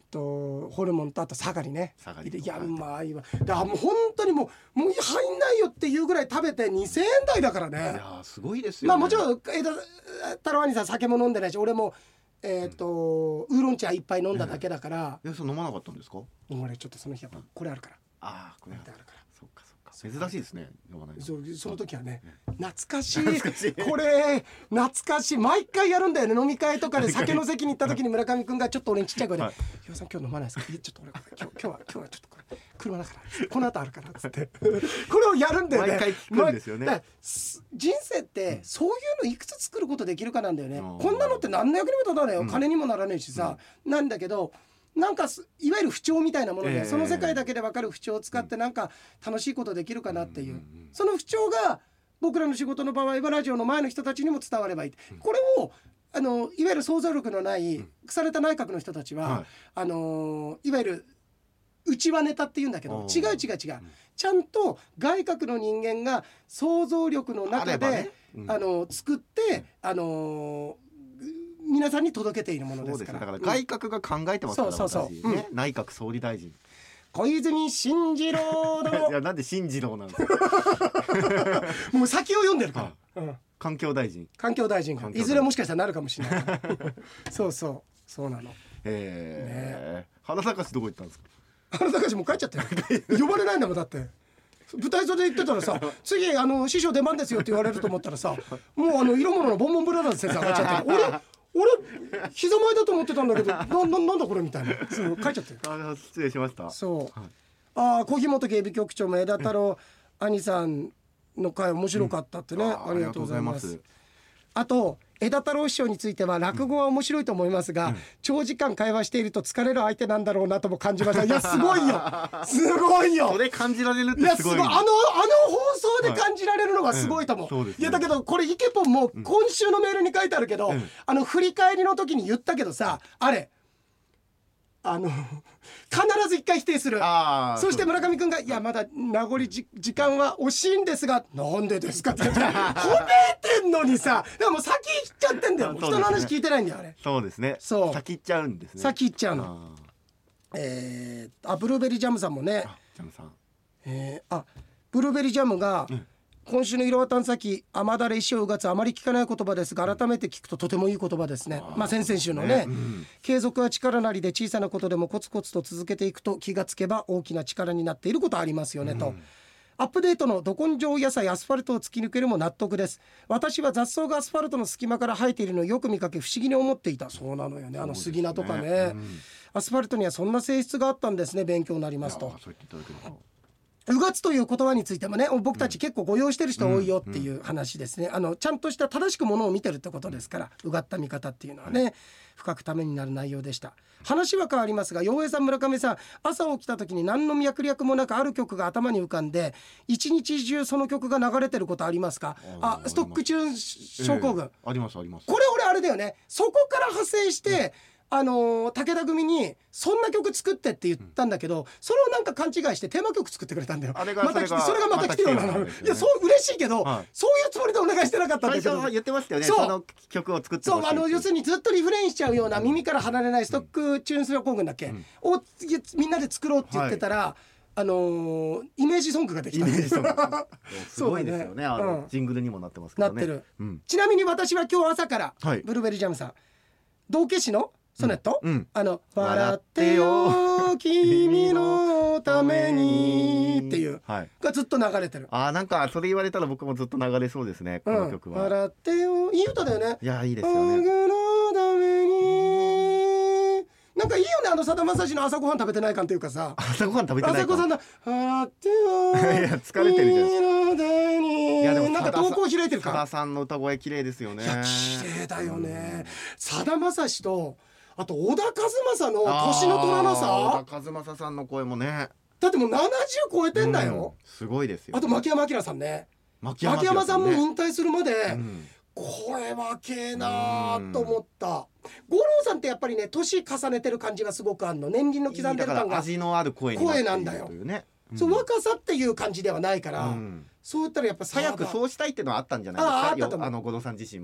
とホルモンとあとサガリね。 サガリいやうまいわ。だからもう本当にもうもう入んないよっていうぐらい食べてにせんえん台だからね。 いやすごいですよね。 まあもちろん枝太郎兄さん酒も飲んでないし、俺もえっと、うん、ウーロン茶いっぱい飲んだだけだから。 えー、いやそれ飲まなかったんですか？ 俺ちょっとその日やっぱこれあるから。 ああこれあるから。そうかそうか。珍しいですね。飲まない。 そ, その時はね、懐かしいこれ懐かしい。毎回やるんだよね。飲み会とかで酒の席に行った時に村上くんがちょっと俺にちっちゃい声で「ひよさん今日飲まないですか？」「いやちょっと俺今日今日は今日はちょっとこれ車だからこの後あるから」っつってこれをやるんだよね。 毎回聞くんですよね。 まあ、人生ってそういうのいくつ作ることできるかなんだよね。こんなのって何の役にも立たないよ。金にもならないしさ、うん、なんだけどなんかいわゆる不調みたいなもので、えー、その世界だけで分かる不調を使ってなんか楽しいことできるかなっていう、うん、その不調が僕らの仕事の場合はラジオの前の人たちにも伝わればいい、うん、これをあのいわゆる想像力のない腐れた内閣の人たちは、うん、あのいわゆる内輪ネタっていうんだけど、違う違う違う、うん、ちゃんと外角の人間が想像力の中で、ねうん、あの作ってあの皆さんに届けているものですから。 そうです。だから外角が考えてますから、うん、そうそうそう、ねうん、内閣総理大臣小泉進次郎のいやなんで進次郎なんですかもう先を読んでるから、うん、 環境大臣環境大臣がいずれもしかしたらなるかもしれないそうそうそうなの。 えーね、花咲かしどこ行ったんですか？ 花咲かしもう帰っちゃったよ呼ばれないんだもん。だって舞台袖行ってたらさ次あの師匠出番ですよって言われると思ったらさもうあの色物のボンボンブラザーズ先生上がっちゃって俺俺膝前だと思ってたんだけど な, な, なんだこれみたいなそう書いちゃってる。 あ失礼しました。 そう、はい、あ小日本警備局長も枝太郎兄さんの回面白かったってね、うん、あ, ありがとうございます。あと枝太郎師匠については落語は面白いと思いますが、うん、長時間会話していると疲れる相手なんだろうなとも感じました。いやすごいよすごいよ。 それ感じられるってすごい。いやすごい。あのあの放送で感じられるのがすごいと思う、はいうん、いやだけどこれイケポンも今週のメールに書いてあるけど、うん、あの振り返りの時に言ったけどさあれあの必ず一回否定する。そして村上くんがいやまだ名残じ時間は惜しいんですがなんでですかって褒めてんのにさでも先行っちゃってんだよ、ね、人の話聞いてないんだよあれ。 そうですね。そう先行っちゃうんですね。 先行っちゃうの。えー、あブルーベリージャムさんもねあジャムさん、 えー、あブルーベリージャムが、うん今週の色は探査機雨だれ石をうがつあまり聞かない言葉ですが改めて聞くととてもいい言葉ですね。まあ先々週のね、うん、継続は力なりで小さなことでもコツコツと続けていくと気がつけば大きな力になっていることありますよね、うん、とアップデートのど根性野菜アスファルトを突き抜けるも納得です。私は雑草がアスファルトの隙間から生えているのをよく見かけ不思議に思っていた。そうなのよねあの杉菜とか ね, ね、うん、アスファルトにはそんな性質があったんですね。勉強になりますと。そう言っていただけるとうがつという言葉についてもね僕たち結構ご用意してる人多いよっていう話ですね。あのちゃんとした正しくものを見てるってことですからうがった見方っていうのはね深くためになる内容でした。話は変わりますが陽平さん村上さん朝起きた時に何の脈略もなくある曲が頭に浮かんで一日中その曲が流れてることありますか？あストックチューン症候群、えー、 ありますあります。 これ俺あれだよねそこから派生して、うんあのー、武田組にそんな曲作ってって言ったんだけど、うん、それをなんか勘違いしてテーマ曲作ってくれたんだよ。 あれがまた来てそれがまた来てるようなの、ね、いやそう嬉しいけど、はい、そういうつもりでお願いしてなかったんだけど最初言ってましたよね。その曲を作ってほしい。 そうあの要するにずっとリフレインしちゃうような耳から離れないストックチューン症候群だっけ、うん、をみんなで作ろうって言ってたら、はいあのー、イメージソングができた。イメージソングすごいですよね。あの、うん、ジングルにもなってますけどね。 なってる、うん、ちなみに私は今日朝から、はい、ブルーベリージャムさん道化師のソネット、うんうん、あの笑ってよ君のためにっていう、はい、がずっと流れてる。 あなんかそれ言われたら僕もずっと流れそうですねこの曲は、 うん、笑ってよいい歌だよね。 いやいいですよね。僕のためになんかいいよねあのさだまさしの朝ごはん食べてない感っていうかさ朝ごはん食べてない感朝ごはんの笑ってよいや疲れてるじゃん。 いやでもなんか投稿開いてるかさださんの歌声綺麗ですよね。 いや綺麗だよねさだまさしとあと小田和正の年の取らなさ。 小田和正さんの声もねだってもうななじゅう超えてんだよ、 うん、すごいですよ。 あと牧山明さんね牧山, 牧山さんも引退するまで、うん、声はけえなと思った。五郎さんってやっぱりね年重ねてる感じがすごくあるの。年輪の刻んでる感が味のある声になっているというね。声なんだよ、 うん、そう若さっていう感じではないから、うん、そういったらやっぱ早くそうしたいっていうのはあったんじゃないですか。あああったと思う。あの五郎さん自身も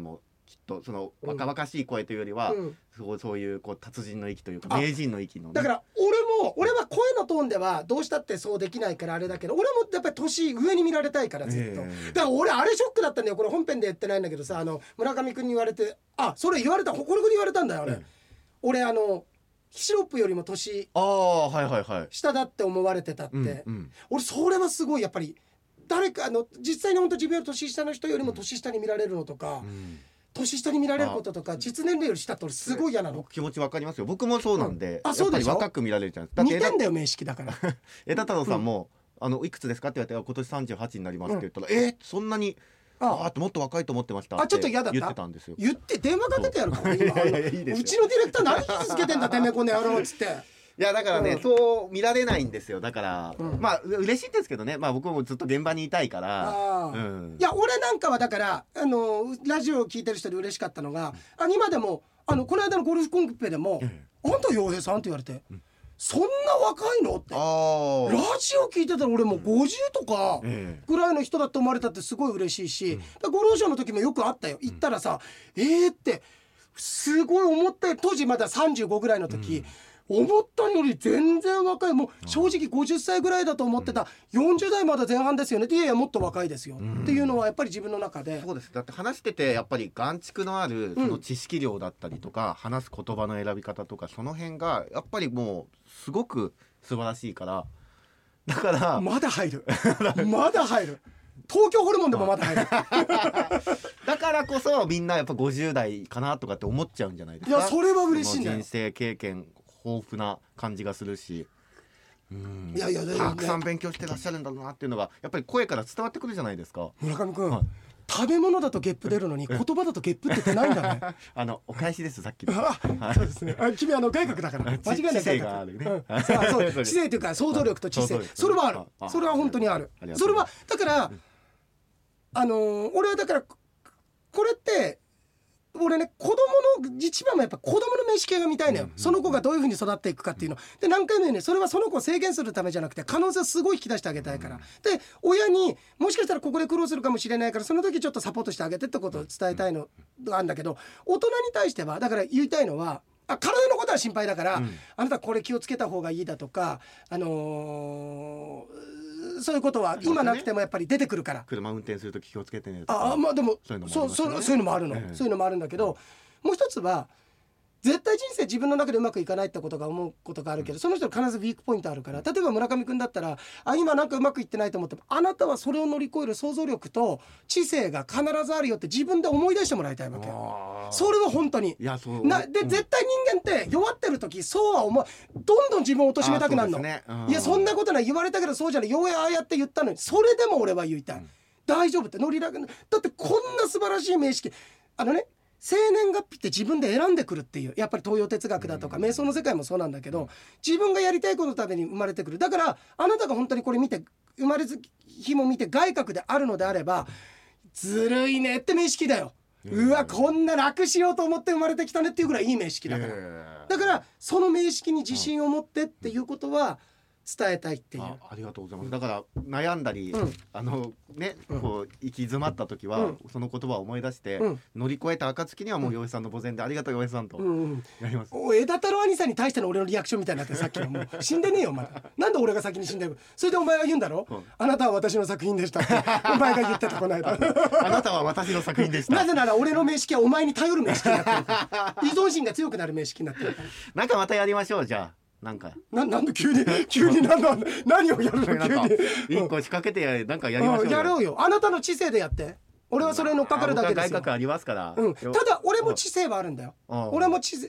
きっとその若々しい声というよりは、 うん、 そうそういうこう達人の域というか名人の域の、ね、 だから俺も俺は声のトーンではどうしたってそうできないからあれだけど、俺もやっぱり年上に見られたいからずっと、えー、だから俺あれショックだったんだよ。これ本編で言ってないんだけどさ、あの村上くんに言われて、あそれ言われた、これ言われたんだよあれ、えー、俺あのシロップよりも年下だって思われてたって、うんうん、俺それはすごいやっぱり誰かあの実際に本当自分より年下の人よりも年下に見られるのとか、うん、年下に見られることとか実年齢より下って俺すごい嫌なの。 気持ちわかりますよ。僕もそうなんで、 うん、あそうでしょ、 やっぱり若く見られるじゃん。だって似てんだよ面識だから枝太郎さんも、うん、あのいくつですかって言われて今年さんじゅうはちになりますって言ったら、うん、えー、そんなにああもっと若いと思ってましたって。あちょっと嫌だった言ってたんですよ。 言って電話かけてやるから今いやいやいいですよ。うちのディレクター何傷つけてんだてめえこの野郎っつっていやだからね、うん、そう見られないんですよ。だから、うん、まあ嬉しいんですけどね、まあ僕もずっと現場にいたいから、 うん、いや俺なんかはだからあのラジオを聞いてる人で嬉しかったのが、うん、あ今でもあのこの間のゴルフコンペでも、うん、あんた陽平さんって言われて、うん、そんな若いのってラジオ聞いてたら俺もうごじゅうとかぐらいの人だと思われたってすごい嬉しいし、うん、ゴルフショーの時もよくあったよ。行ったらさ、うん、えーってすごい思った当時まださんじゅうごぐらいの時、うん思ったより全然若い、もう正直ごじゅっさいぐらいだと思ってた、うん、よんじゅう代まだ前半ですよね、いやいやもっと若いですよ、うん、っていうのはやっぱり自分の中でそうです。だって話しててやっぱり眼蓄のあるその知識量だったりとか、うん、話す言葉の選び方とかその辺がやっぱりもうすごく素晴らしいから、だからまだ入るまだ入る東京ホルモンでもまだ入るだからこそみんなやっぱごじゅう代かなとかって思っちゃうんじゃないですか。 いやそれは嬉しいんだよ。 人生経験豊富な感じがするし、うんいやいやたくさん勉強してらっしゃるんだなっていうのがやっぱり声から伝わってくるじゃないですか。 村上君、はい、食べ物だとゲップ出るのに言葉だとゲップって出ないんだねあのお返しですさっきのあ、はい、そうですね。あ君あの外角だから間違いない知性があるね、うん、 そう知性というか想像力と知性、それはある。それは本当にある。それはだからあのー、俺はだからこれって俺ね子供の一番もやっぱ子供の名識が見たいのよ、うんうん、その子がどういう風に育っていくかっていうので何回も言うね、それはその子を制限するためじゃなくて可能性をすごい引き出してあげたいから、うん、で親にもしかしたらここで苦労するかもしれないからその時ちょっとサポートしてあげてってことを伝えたいのがあるんだけど、大人に対してはだから言いたいのはあ体のことは心配だから、うん、あなたこれ気をつけた方がいいだとかあのーそういうことは今なくてもやっぱり出てくるから、ね、 車運転するとき気をつけてねとか、 あまあでもそういうのもありますよね。そうそういうのもあるの、ええ、そういうのもあるんだけど、もう一つは絶対人生自分の中でうまくいかないってことが思うことがあるけど、その人は必ずウィークポイントあるから、例えば村上君だったらあ今なんかうまくいってないと思ってもあなたはそれを乗り越える想像力と知性が必ずあるよって自分で思い出してもらいたいわけよ。それは本当にいやそうなで、うん、絶対人間って弱ってる時そうは思うどんどん自分を貶めたくなるの、ねうん、いやそんなことない言われたけどそうじゃないようやああやって言ったのにそれでも俺は言いたい、うん、大丈夫って乗りだだってこんな素晴らしい名式あのね生年月日って自分で選んでくるっていうやっぱり東洋哲学だとか瞑想の世界もそうなんだけど自分がやりたいことのために生まれてくる。だからあなたが本当にこれ見て生まれつ日も見て外角であるのであればずるいねって名式だよ。うわこんな楽しようと思って生まれてきたねっていうぐらいいい名式だからだからその名式に自信を持ってっていうことは伝えたいっていう。 あ, ありがとうございます。だから悩んだり、うん、あのね、うん、こう行き詰まった時は、うん、その言葉を思い出して、うん、乗り越えた暁にはもう洋平さんの墓前でありがとう洋平さんとやります、 うんうん、枝太郎兄さんに対しての俺のリアクションみたいになってさっきのもう死んでねえよお前なんで俺が先に死んでる。それでお前が言うんだろ、うん、あなたは私の作品でしたってお前が言ってたこの間あなたは私の作品でしたなぜなら俺の名式はお前に頼る名式になってる依存心が強くなる名式になってるなんかまたやりましょう。じゃあなんかな, なんで急に急に何の何をやるの急に一個仕掛けてやなんかやりましょうよ。 やろうよ。あなたの知性でやって俺はそれに乗っかかるだけですよ。 外角ありますから、 うん、ただ俺も知性はあるんだよ。俺も知性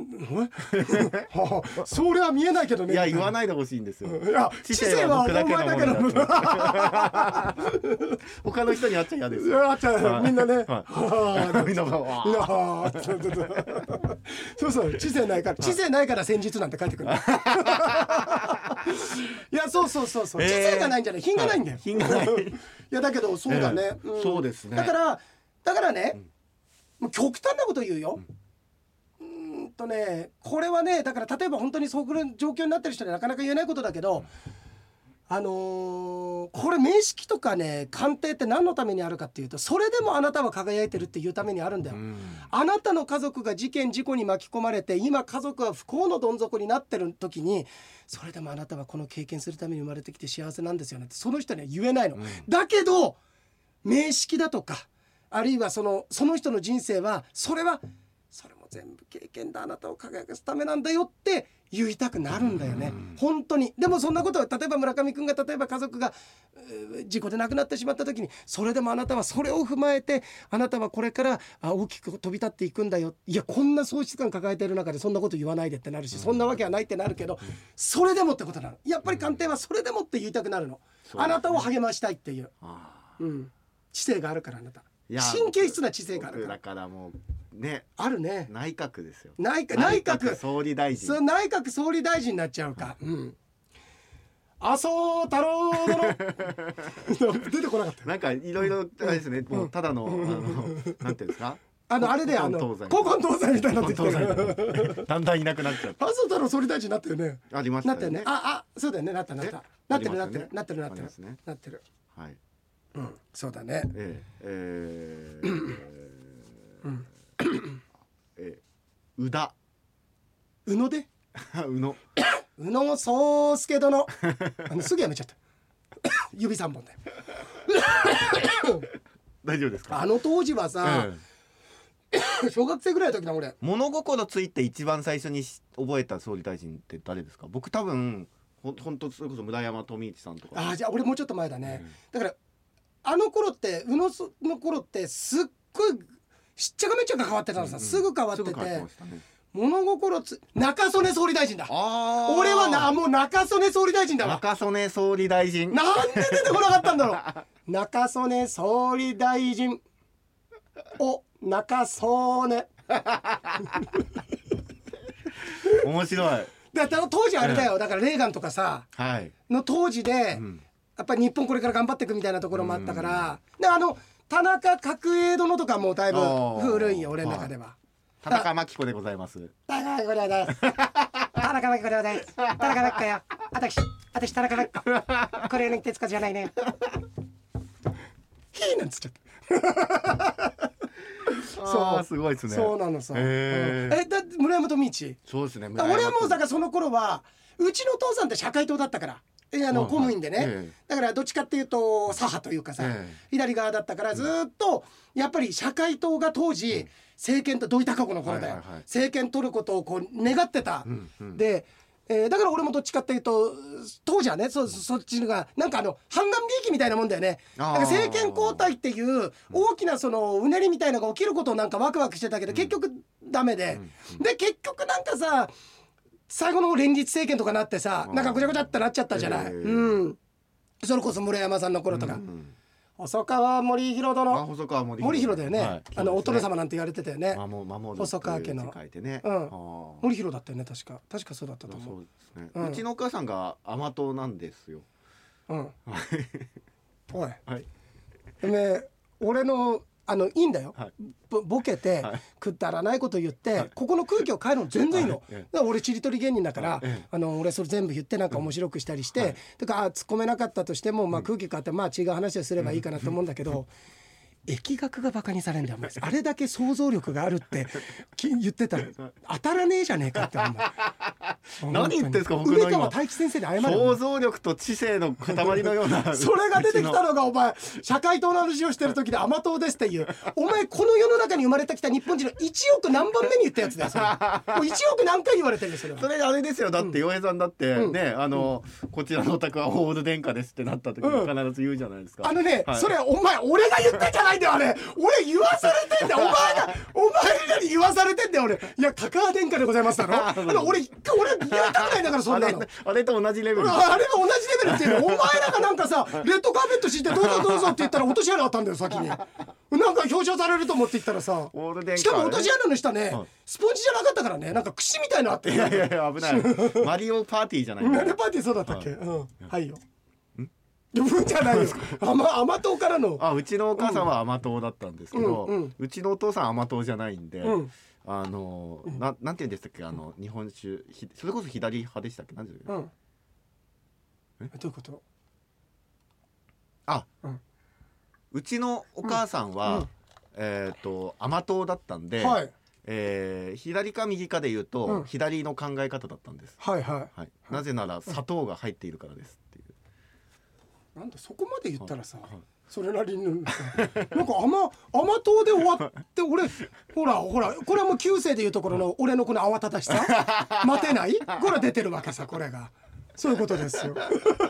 それは見えないけどね。 いや言わないでほしいんですよ。 いや知性はお前だけのものだ他の人に会っちゃ嫌ですよ。あっちゃみんなねみんながそうそう知性ないから知性ないから戦術なんて書いてくるいやそうそうそうそう知性がないんじゃない品がないんだよ。 品がないいやだけどそうだねそうですね。 だからだからねもう極端なこと言うよ。うんとねこれはねだから例えば本当にそういう状況になってる人にはなかなか言えないことだけど、 あのー、これ名式とかね鑑定って何のためにあるかっていうと、それでもあなたは輝いてるっていうためにあるんだよ。あなたの家族が事件事故に巻き込まれて今家族は不幸のどん底になってる時に、それでもあなたはこの経験するために生まれてきて幸せなんですよねってその人には言えないの、うん、だけど名式だとかあるいはそのその人の人生はそれはそれも全部経験であなたを輝かすためなんだよって言いたくなるんだよね、うん、本当に。でもそんなことは例えば村上くんが例えば家族が事故で亡くなってしまった時に、それでもあなたはそれを踏まえてあなたはこれから大きく飛び立っていくんだよ、いやこんな喪失感抱えている中でそんなこと言わないでってなるし、そんなわけはないってなるけど、それでもってことなの。やっぱり鑑定はそれでもって言いたくなるの、うん、あなたを励ましたいっていう、うん、知性があるから。あなた神経質な知性があるから。 だからもうね、 あるね。 内閣ですよ。 内閣、内閣総理大臣。 そう、内閣総理大臣になっちゃうか。うん。麻生太郎の出てこなかった。 なんかいろいろあれですね。うん、もうただの、うん、あのなんていうんですか。 あのあれであの古今東西みたいになってきた。 だんだんいなくなっちゃった。 麻生太郎総理大臣になったよね。 ありましたね。 なったよね。ああ、そうだよね。なったなった。なってるなってるなってるなってるなってる。 はい。 うん、そうだね。 えええー。うん。えー、宇田宇野で宇野宇野宗介殿あのすぐやめちゃった指さんぼんで大丈夫ですか。 あの当時はさ、えー、小学生ぐらいの時な。俺物心ついて一番最初に覚えた総理大臣って誰ですか。僕多分ほほんとそれこそ村山富一さんとか。 あ、じゃあ俺もうちょっと前だね、うん、だからあの頃って宇野の頃ってすっごいしっちゃかめっちゃか変わってたのさ、うんうん、すぐ変わってて、ね、物心つ中曽根総理大臣だ。俺はなもう中曽根総理大臣だわ。 中曽根総理大臣なんで出てこなかったんだろう中曽根総理大臣お中曽根面白い。 だから当時あれだよ、だからレーガンとかさ、はい、の当時で、うん、やっぱり日本これから頑張っていくみたいなところもあったから、であの田中角栄殿とかもだいぶ古いよ俺の中では。 田中真紀子でございます。 田中真紀子でございます。田中真紀子でございます。田中真紀子よ。私、私田中真紀子。これに徹子じゃないね。ひーなんつっちゃった。 そう、すごいですね。 そうなのさ。え、だ村山富一。 そうですね。 俺はもうだからその頃はうちの父さんって社会党だったから。あの公務員でね、ええ、だからどっちかっていうと左派というかさ、ええ、左側だったからずっとやっぱり社会党が当時、うん、政権と土井孝子の頃だよ、はいはいはい、政権取ることをこう願ってた、うんうん、で、えー、だから俺もどっちかっていうと当時はね そ, そっちのがなんかあの判官利益みたいなもんだよね。なんか政権交代っていう大きなそのうねりみたいなのが起きることをなんかワクワクしてたけど、うん、結局ダメで、うんうん、で結局なんかさ最後の連立政権とかなってさ、なんかぐちゃぐちゃってなっちゃったじゃない、えー、うん、それこそ村山さんの頃とか、うんうん、細川森弘殿、 細川森森弘だよね、はい、あのお殿様なんて言われてたよね。 細川家の、 ね、 うん、森弘だったよね。確か確かそうだったと思う。 そうですね、うん、うちのお母さんが甘党なんですよ。うんおい、はい、でね俺のあのいいんだよ、はい、ぼ, ボケて、はい、くだらないこと言って、はい、ここの空気を変えるの全然いいの、はい、だから俺ちりとり芸人だから、はい、あの俺それ全部言ってなんか面白くしたりして、はい、だから突っ込めなかったとしても、まあ、空気変わってまあ違う話をすればいいかなと思うんだけど、疫学がバカにされるんだよ。あれだけ想像力があるって言ってたら当たらねえじゃねえかって。 何言ってんですか。僕の今梅川大樹先生に謝る。 想像力と知性の塊のようなそれが出てきたのがお前社会党の話をしてる時で甘党ですっていう、お前この世の中に生まれてきた日本人のいちおく何番目に言ったやつだよそれ。もういちおく何回言われてるんですよ。 それあれですよ。だって洋平さんだってね、うん、あの、うん、こちらのお宅はオール電化ですってなった時に必ず言うじゃないですか、うん、 あのね、はい、それお前俺が言ってんじゃないんだよあれ。俺言わされてんだよ。お前がお前らに言わされてんだよ俺。いやカカア殿下でございますだろ。あの俺俺言いたくないんだからそんなの。 あれ、あれと同じレベル。 あれが同じレベルっていうの。お前らがなんかさレッドカーペット敷いてどうぞどうぞって言ったら落とし穴あったんだよ先に。なんか表彰されると思って行ったらさ、しかも落とし穴の下ね、うん、スポンジじゃなかったからね、なんか櫛みたいなのあって。いやいやいや危ない。マリオパーティーじゃない。マリオパーティーそうだったっけ。うん、はいよ。んじゃないですか。甘甘党からの。 あ、うちのお母さんは甘党だったんですけど、うんうん、うちのお父さん甘党じゃないんで、うん、あの、うん、ななんて言うんでしたっけ、あの、うん、日本酒それこそ左派でしたっけ、なんで、うん、 えどういうこと。 あ、 うん、 うちのお母さんは、うん、えっ、ー、と甘党だったんで、はい、えー、左か右かで言うと、うん、左の考え方だったんです。 はいはい、 はい、なぜなら砂糖が入っているからですっていう、 うん、なんでそこまで言ったらさ、はいはい、それなりになんか甘甘党で終わって俺ほらほらこれはもう旧世でいうところの俺のこの慌ただしさ待てないこれは出てるわけさ、これがそういうことですよ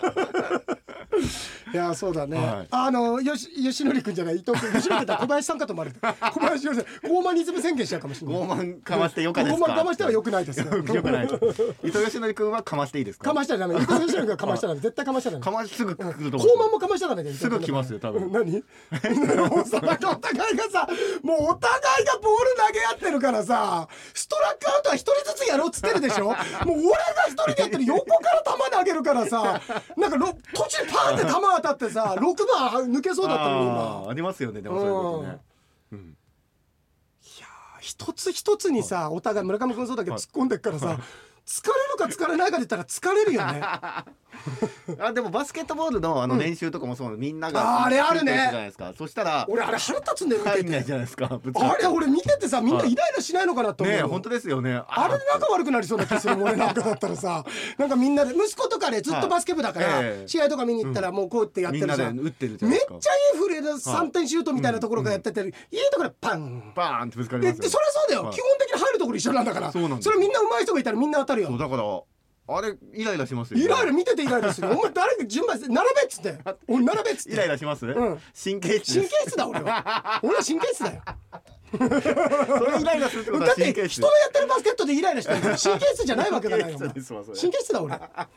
いやそうだね、はい、あのよし吉典君じゃない伊藤君、吉典君って小林さんかと思われて小林よし傲慢ニズム宣言しちゃうかもしれない。 傲慢かましてよかですか。 傲慢かましてはよくないですよよくない伊藤吉典君はかましていいですか。 かましたらダメ。伊藤吉典君はかましたらダメ。絶対かましたらダメ。 かましすぐ来ると思う。傲慢もかましたらダメ。 すぐ来ますよ多分。 何もうさ、お互いがさ、もうお互いがボール投げ合ってるからさ、ストラックアウトは一人ずつやろうっつってるでしょ。もう俺が一人でやってる、横から球投げるからさ、なんか途中パーンって球当たってさ、ろくばん抜けそうだったのに今。 ありますよね、でもそういうことね。うん、いや一つ一つにさ、お互い村上君そうだけど突っ込んでっからさ、疲れるか疲れないかで言ったら疲れるよねあでもバスケットボールのあの練習とかもそう、うん、みんながあ, あれあるねじゃないですか。そしたら俺あれ腹立つんだよ見てて、 ないじゃないですか。 あれ俺見ててさ、みんなイライラしないのかなと思う。 ね本当ですよね。あ, あれで仲悪くなりそうな気する俺なんかだったらさなんかみんなで息子とかでずっとバスケ部だから、えー、試合とか見に行ったらもうこうやってやってるじゃん、 みんなで打ってるじゃないですか。 めっちゃいいフレーズさんてんシュートみたいなところからやってて、うんうん、いいところでパンバーンってぶつかりますよ。 でそれはそうだよ、はい、基本的に入るところ一緒なんだから。そうなんです。それみんな上手い人がいたらみんな当たるよ。 そうだからあれイライラしますよ、 ね、イライラ見ててイライラするお前誰か順番並べっつって俺並べっつってイライラします、うん、神経質神経質だ俺は俺は神経質だよそれイライラするってことは神経質。 だって人のやってるバスケットでイライラしてる神経質じゃないわけがないよ神経質だ俺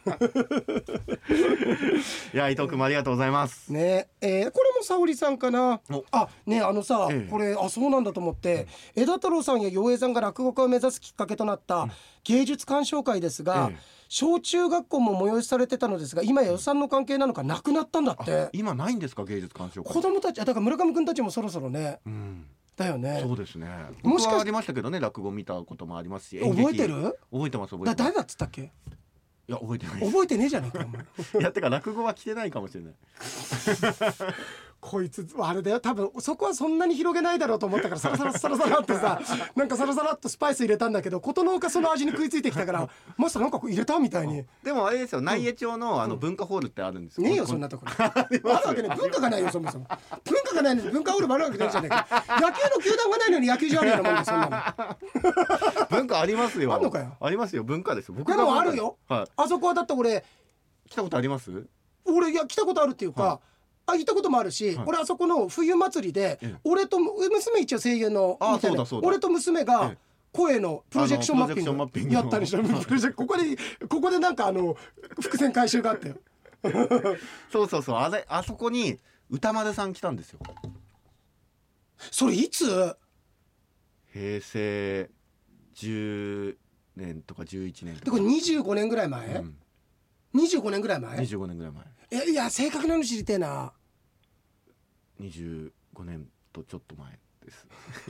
いや伊藤君もありがとうございますねえー、これも沙織さんかなあねあのさ、ええ、これあそうなんだと思って、うん、枝太郎さんや陽平さんが落語家を目指すきっかけとなった芸術鑑賞会ですが、ええ、小中学校も催しされてたのですが今や予算の関係なのかなくなったんだって。 今ないんですか芸術鑑賞会。 子供たちだから村上くんたちもそろそろね、うんだよね。 そうですね。もしかありましたけどね、落語見たこともありますし。 覚えてる？ 覚えてます覚えてます。 だ誰だっつったっけ？ いや覚えてない。 覚えてねえじゃねえかお前。 いやてか落語は来てないかもしれない。 こいつあれだよ多分そこはそんなに広げないだろうと思ったからサラサラサラサラってさなんかサラサラっとスパイス入れたんだけどことのほかその味に食いついてきたからまさかなんか入れたみたいに。 でもあれですよ内江町のあの文化ホールってあるんですよ。 ねえよそんなところあるわけね文化がないよそもそも文化がないのに文化ホールもあるわけないじゃないか。野球の球団がないのに野球場あるようなもんだそんなの文化ありますよ。 あんのかよ。 ありますよ文化ですよ。 僕でもあるよ、はい、あそこはだって俺来たことあります？ 俺いや来たことあるっていうか、はいあ行ったこともあるし、はい、俺あそこの冬祭りで、ええ、俺と娘一応声優のみたいな俺と娘が声のプロジェクションマッピングやったりしたここでここでなんかあの伏線回収があったよそうそうそうあれあそこに歌丸さん来たんですよ。 それいつ？ 平成じゅうねんとかじゅういちねんとか。 でこれにじゅうごねんぐらい前、うん、にじゅうごねんぐらい前にじゅうごねんぐらい前。 えいや正確なの知りてえな。 にじゅうごねんとちょっと前です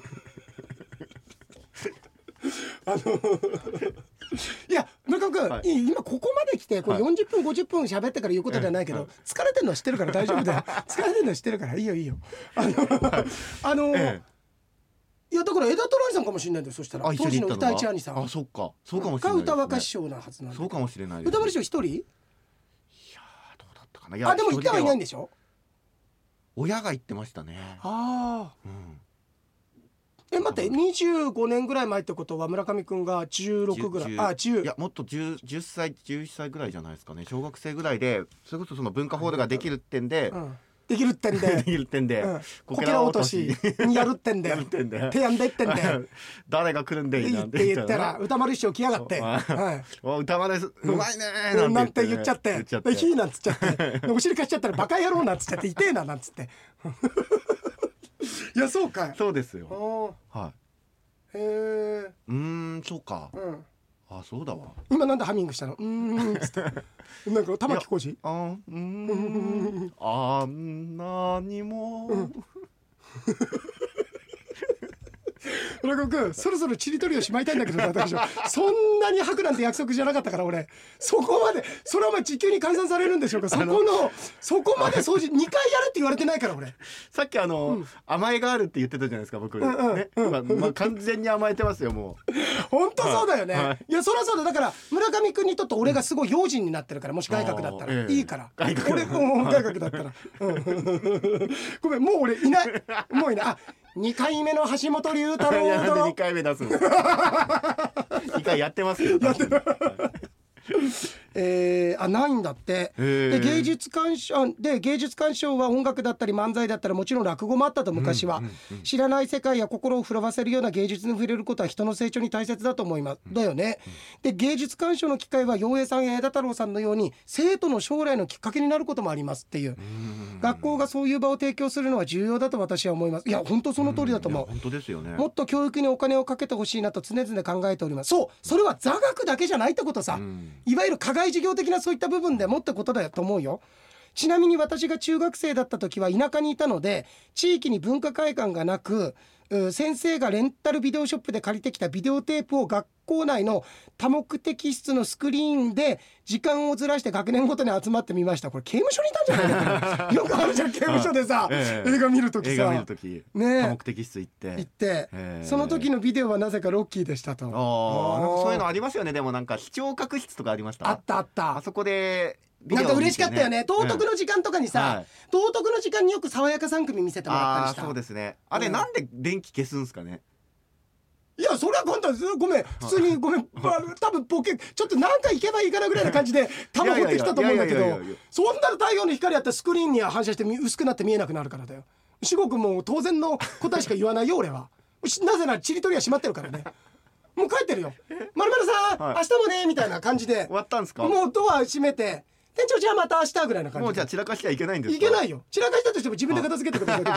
あのいや村上君、はい、今ここまで来てこれよんじゅっぷん、はい、ごじゅっぷん喋ってから言うことではないけど、はい、疲れてるのは知ってるから大丈夫だよ疲れてるのは知ってるからいいよいいよあの、はい、あの、ええ、いやだから枝太郎さんかもしれないんだよ。そしたら当時の歌一兄さんあそっかそうかもしれないですね。 歌若師匠なはずなんで。 そうかもしれないです、ね、 歌丸師匠一人？いやどうだったかな。いやあでも行ってはいないんでしょ。 親が言ってましたね。 ああ、うん、え待ってにじゅうごねんぐらい前ってことは村上くんがじゅうろくぐらい。あじゅういやもっと 10, じゅっさいじゅういっさいぐらいじゃないですかね。小学生ぐらいでそれこそその文化ホールができるってんで、うん、 できるってんでできるってんで、うん、 こけら落としやるってんでやるってんで手やんでってんで誰が来るんでいいなんて言ったら歌丸師匠来やがって、はい、 歌丸うまいねなんて言っちゃってひーなんつっちゃってお尻貸しちゃったらバカ野郎なんつっちゃって痛えななんつっていやそうかい。 そうですよ。はい。 へえ。 うーんそうか。うん。あそうだわ。 今なんでハミングしたの？うーんつって。なんか玉置浩二？ あうーんあんなにも。 う村上君そろそろちりとりをしまいたいんだけど私はそんなに吐くなんて約束じゃなかったから俺そこまでそれはお前時給に換算されるんでしょうかそこのそこまで掃除にかいやるって言われてないから俺さっきあの、うん、甘えがあるって言ってたじゃないですか僕、うんうんねうんままあ、完全に甘えてますよもう本当そうだよね、はい、いやそりゃそうだだから村上君にとって俺がすごい用心になってるからもし外角だったら、うん、いいから外角俺もう外角だったら、うん、ごめんもう俺いないもういないあにかいめの橋本龍太郎なんでにかいめ出すのにかいやってますよやってるえー、あないんだってで芸術鑑賞で芸術鑑賞は音楽だったり漫才だったらもちろん落語もあったと昔は、うんうんうん、知らない世界や心を震わせるような芸術に触れることは人の成長に大切だと思います、うん、だよね、うん、で芸術鑑賞の機会は陽平さんや枝太郎さんのように生徒の将来のきっかけになることもありますっていう、うん、学校がそういう場を提供するのは重要だと私は思いますいや本当その通りだと思う、 うん、本当ですよねもっと教育にお金をかけてほしいなと常々考えておりますそうそれは座学だけじゃないってことさ、うんいわゆる課外授業的なそういった部分でもってことだと思うよちなみに私が中学生だった時は田舎にいたので地域に文化会館がなく先生がレンタルビデオショップで借りてきたビデオテープを学校内の多目的室のスクリーンで時間をずらして学年ごとに集まってみましたこれ刑務所にいたんじゃないかなよくあるじゃん刑務所でさ、ええ、映画見るときさ映画見るとき、ね、多目的室行って行って、えー、その時のビデオはなぜかロッキーでしたとあそういうのありますよねでもなんか視聴覚室とかありましたあったあったあそこでなんか嬉しかったよね道徳の時間とかにさ、うんはい、道徳の時間によく爽やかさん組見せてもらったりしたあそうですねあれ、うん、なんで電気消すんすかねいやそれは簡単ですごめん普通にごめん多分ボケちょっと何か行けばいいかなぐらいな感じで球掘ってきたと思うんだけどそんな太陽の光やったらスクリーンに反射して薄くなって見えなくなるからだよ至極もう当然の答えしか言わないよ俺はなぜならちりとりは閉まってるからねもう帰ってるよまるまるさん、はい、明日もねみたいな感じで終わったんですかもうドア閉めて店長じゃあまた明日ぐらいな感じもうじゃあ散らかしちゃいけないんですかいけないよ散らかしたとしても自分で片付けてください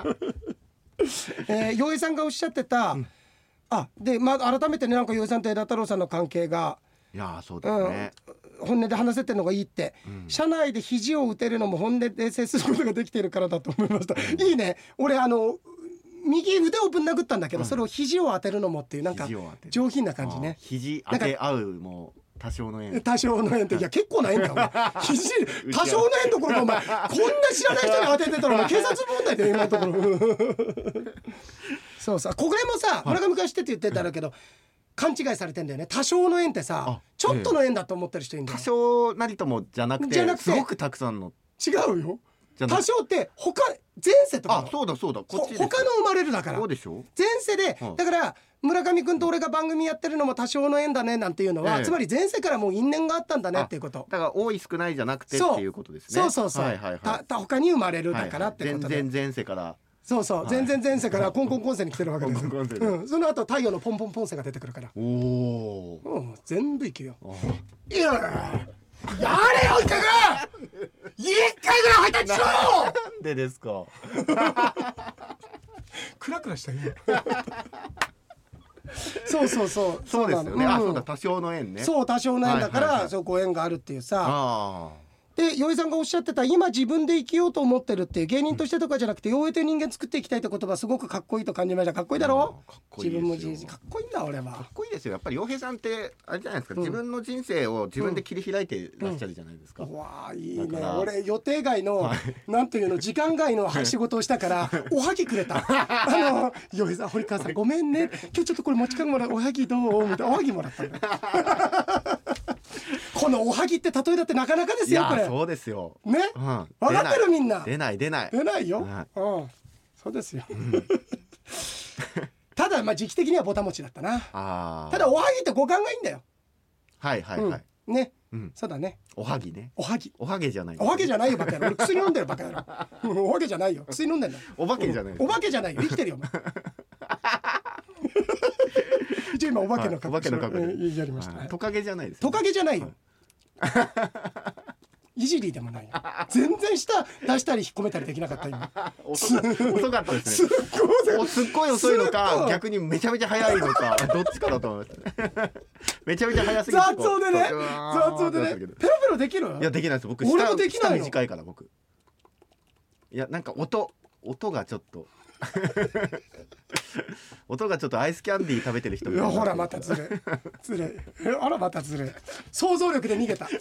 えー、陽平さんがおっしゃってた、うんあでまあ、改めてねなんか陽平さんと枝太郎さんの関係がいやそうですね、 うん、本音で話せてるのがいいって、うん、社内で肘を打てるのも本音で接することができているからだと思いました、うん、いいね俺あの右腕をぶん殴ったんだけど、うん、それを肘を当てるのもっていうなんか上品な感じね肘当て合うもう多少の縁多少の縁っていや結構な縁だよ肘多少の縁どころかお前こんな知らない人に当ててたらお前警察問題だよ今のところそうさこれもさ村上君知ってって言ってたんだけど、はい、勘違いされてんだよね多少の縁ってさちょっとの縁だと思ってる人いるんだよ、 多少なりともじゃなくてじゃなくてすごくたくさんの違うよ多少って他前世とかあそうだそうだこっち他の生まれるだからそうでしょ前世で、はい、だから村上君と俺が番組やってるのも多少の縁だねなんていうのは、ええ、つまり前世からもう因縁があったんだねっていうことだから多い少ないじゃなくてっていうことですねそうそうそう、はいはいはい、たた他に生まれるだからってことで、 はいはい、全然前世からそうそう、はい、全然前世からコンコンコンセに来てるわけですうん、その後太陽のポンポンポンセが出てくるからおお、うん、全部いくよいややれよ一回ぐらい一回ぐらいハイタッチしろよなんでですかクラクラしたよそうそうそうそうですよね、うん、あそうだ多少の縁ねそう多少の縁だから、はいはいはい、そうご縁があるっていうさあで陽平さんがおっしゃってた今自分で生きようと思ってるっていう芸人としてとかじゃなくて陽平という人間作っていきたいって言葉すごくかっこいいと感じましたかっこいいだろう、かっこいい自分も人生かっこいいんだ俺はかっこいいですよやっぱり陽平さんってあれじゃないですか、うん、自分の人生を自分で切り開いてらっしゃるじゃないですか、 うんうん、わあいいね俺予定外の、はい、なんていうの時間外の仕事をしたからおはぎくれたあの陽平さん堀川さんごめんね今日ちょっとこれ持ち帰ってもらうおはぎどうみたいなおはぎもらったんだこのおはぎって例えだってなかなかですよこれそうですよね、うん、分かってるみんな出ない出ない出ないよ、うん、そうですよ、うん、ただまあ時期的にはぼたもちだったなあただおはぎって五感がいいんだよはいはいはい、 うん、ね、うん、そうだねおはぎねおはぎおはげじゃないおはげじゃないよバカ野郎俺薬飲んでるバカ野郎おはげじゃないよ薬飲んでんだよお化けじゃない、 うん、お化けじゃないよ生きてるよ一応今お化けの格好、 はい、お化けの格好でやりました、 はい、トカゲじゃないです、ね、 トカゲじゃないよ、はいいじりでもないよ全然舌出したり引っ込めたりできなかった今遅かったですねすっごい遅いのか逆にめちゃめちゃ早いのかどっちかだと思いますめちゃめちゃ早すぎて雑音でね雑音でねペロペロできるいやできないです僕俺もできない下短いから僕いやなんか音音がちょっと音がちょっとアイスキャンディー食べてる人みたいな。 ほらまたずるずるあらまたずる想像力で逃げた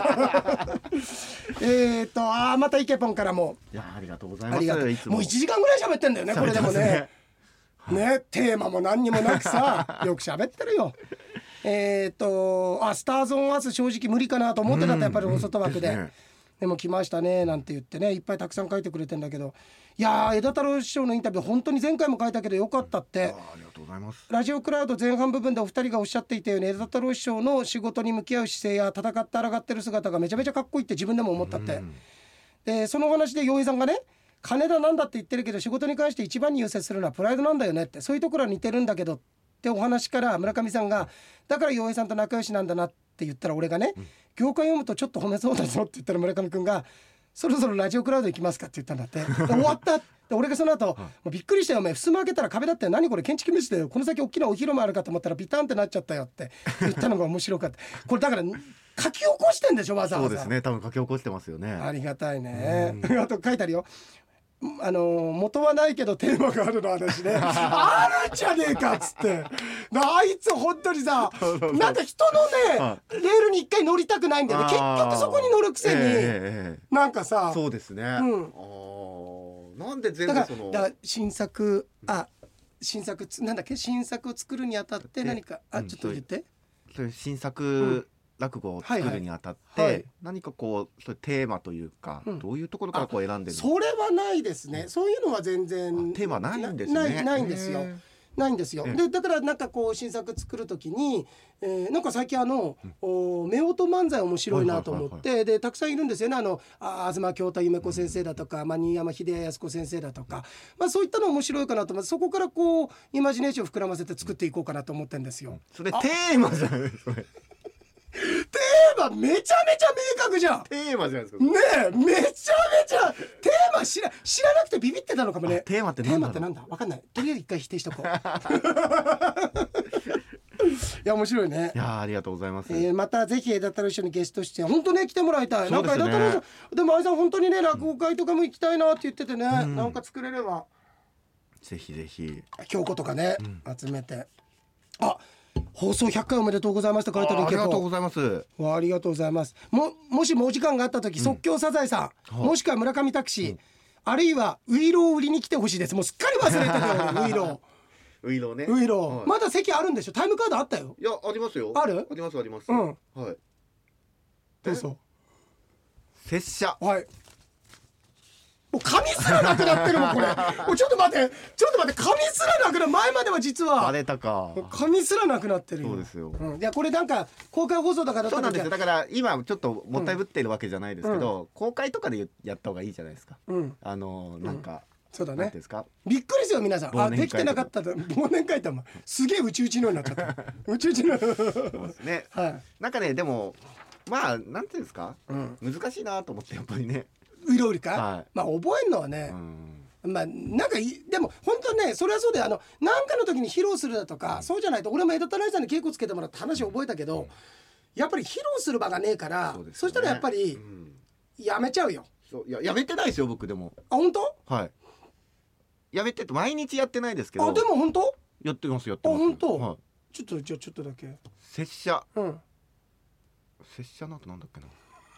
えっとあーまたイケポンからもいやありがとうございます。 ありがとういつももういちじかんぐらい喋ってんだよねこれでもねねテーマも何にもなくさよく喋ってるよ。えっとあスターズオンアース正直無理かなと思ってたってやっぱりお外枠で、 うんですねでも来ましたねなんて言ってねいっぱいたくさん書いてくれてんだけど、いやー枝太郎師匠のインタビュー本当に前回も書いたけどよかったって、 あーありがとうございます。 ラジオクラウド前半部分でお二人がおっしゃっていたように枝太郎師匠の仕事に向き合う姿勢や戦って抗ってる姿がめちゃめちゃかっこいいって自分でも思ったって、 うんでそのお話で洋平さんがね金だなんだって言ってるけど仕事に関して一番に優先するのはプライドなんだよねって、そういうところは似てるんだけどってお話から村上さんがだから洋平さんと仲良しなんだなって言ったら俺がね、うん、業界読むとちょっと褒めそうだぞって言ったら村上くんがそろそろラジオクラウド行きますかって言ったんだってで終わったで俺がその後、もうびっくりしたよお前襖開けたら壁だったよ何これ建築ミスだよこの先大きなお広間あるかと思ったらビタンってなっちゃったよって言ったのが面白かったこれだから書き起こしてんでしょわざわざ。 そうですね多分書き起こしてますよね。 ありがたいねあと書いてあるよあの元はないけどテーマがあるの話ねあるんじゃねえかっつってあいつ本当にさなんか人のねレールに一回乗りたくないんだよね結局そこに乗るくせに、えー、なんかさそうですね、うん、あなんで全部そのだから新作あ新作なんだっけ新作を作るにあたって何かあちょっと言って、 うん、新作、うん落語を作るにあたって、はいはい、何かこうそういうテーマというか、うん、どういうところからこう選んでるの？ それはないですね、うん、そういうのは全然テーマないんですね。 ないないんですよないんですよ。でだからなんかこう新作作るときに、えー、なんか最近あの、うん、夫婦漫才面白いなと思って、はいはいはいはい、でたくさんいるんですよねあのあ東京太夢子先生だとか、うんまあ、新山秀哉靖子先生だとか、まあ、そういったの面白いかなと思ってそこからこうイマジネーションを膨らませて作っていこうかなと思ってるんですよ。 それテーマじゃないそれテーマめちゃめちゃ明確じゃん。 テーマじゃないですかねえめちゃめちゃテーマ知ら知らなくてビビってたのかもね。 テーマってなんだろう。 テーマってなんだわかんない。とりあえず一回否定しとこういや面白いね。 いやありがとうございます、 えー、またぜひ枝太郎一緒にゲスト出演本当ね来てもらいたい。なんか枝太郎さんでもあいさん本当にね落語会とかも行きたいなって言っててね、うん、なんか作れればぜひぜひ京子とかね、うん、集めてあ放送ひゃっかいおめでとうございますと書いてある。 ありがとうございます。 ありがとうございます。ももしもお時間があった時、うん、即興サザエさん、もしくは村上タクシー、うん、あるいはウイローを売りに来てほしいです。もうすっかり忘れてたよウイローウイローねウイロー、 はい、 まだ席あるんでしょ。タイムカードあったよ。 いやありますよ。 あるありますあります。 うんはいどうぞ。 拙者はいもう紙すらなくなってるもんこれもうちょっと待ってちょっと待って紙すらなくなる。前までは実はバレたか紙すらなくなってるよ。 そうですよ、 うん、いやこれなんか公開放送だからそうなんですよ。だから今ちょっともったいぶってるわけじゃないですけど、うん、公開とかでやった方がいいじゃないですか、うん、あのなんか、うん、 そうだねですかびっくりですよ皆さん。あできてなかった忘年会ってもすげえうちうちのようになっちゃったうちうちのそうですね、はい、なんかねでもまあなんていうんですか、うん、難しいなと思ってやっぱりねういろうりか、 はい、 まあ覚えるのはね、うん、まあなんかいでも本当ねそれはそうであの何かの時に披露するだとか、うん、そうじゃないと俺も枝太郎さんに稽古つけてもらった話を覚えたけど、うん、やっぱり披露する場がねえから そ,、ね、そしたらやっぱり、うん、やめちゃうよ。 そういややめてないですよ僕でも。 あ本当？ はいやめてって毎日やってないですけど。 あでも本当？ やってますやってます。 あ本当？ はい、 ちょっとじゃあちょっとだけ拙者、 うん、 拙者なんてなんだっけな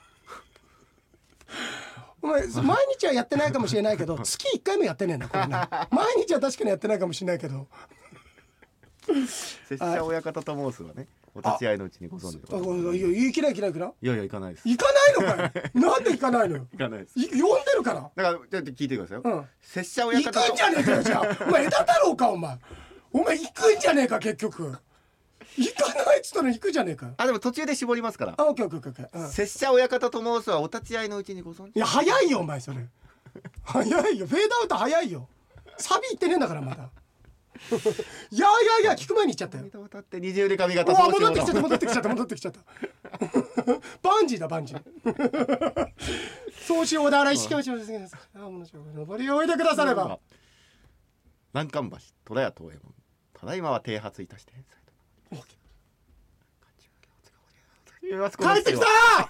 お前毎日はやってないかもしれないけど月いっかいもやってねえんだこれね毎日は確かにやってないかもしれないけど拙者親方と申すはねお立ち会いのうちにご存知でございます。 いや行きない行きない行きないいやいや行かないです。 行かないのかいなんで行かないのよ行かないです。 呼んでるからだからちょっと聞いてくださいよ、うん、拙者親方と行くんじゃねえかよじゃあお前枝太郎かお前お前行くんじゃねえか結局行かないっつったら行くじゃねえか。 あでも途中で絞りますから。 あオッケーオッケーオッケー、うん、 拙者親方と申すはお立ち会いのうちにご存知。 いや早いよお前それ早いよフェードアウト早いよサビ行ってねえんだからまだいやいやいや聞く前に行っちゃったよ。 渡って二重で髪型戻ってきちゃった戻ってきちゃった戻ってきちゃったバンジーだバンジーそうしようだから意識をしようですね。登りをおいでくだされば南関橋虎屋東右衛門ただいまは停発いたして帰ってきた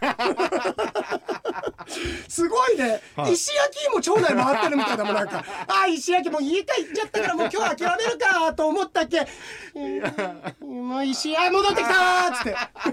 すごいね、はい、石焼き芋町内回ってるみたいだもん。なんかあ石焼きもう家帰っちゃったからもう今日は諦めるかと思ったっけもう石焼き戻ってきたーっつ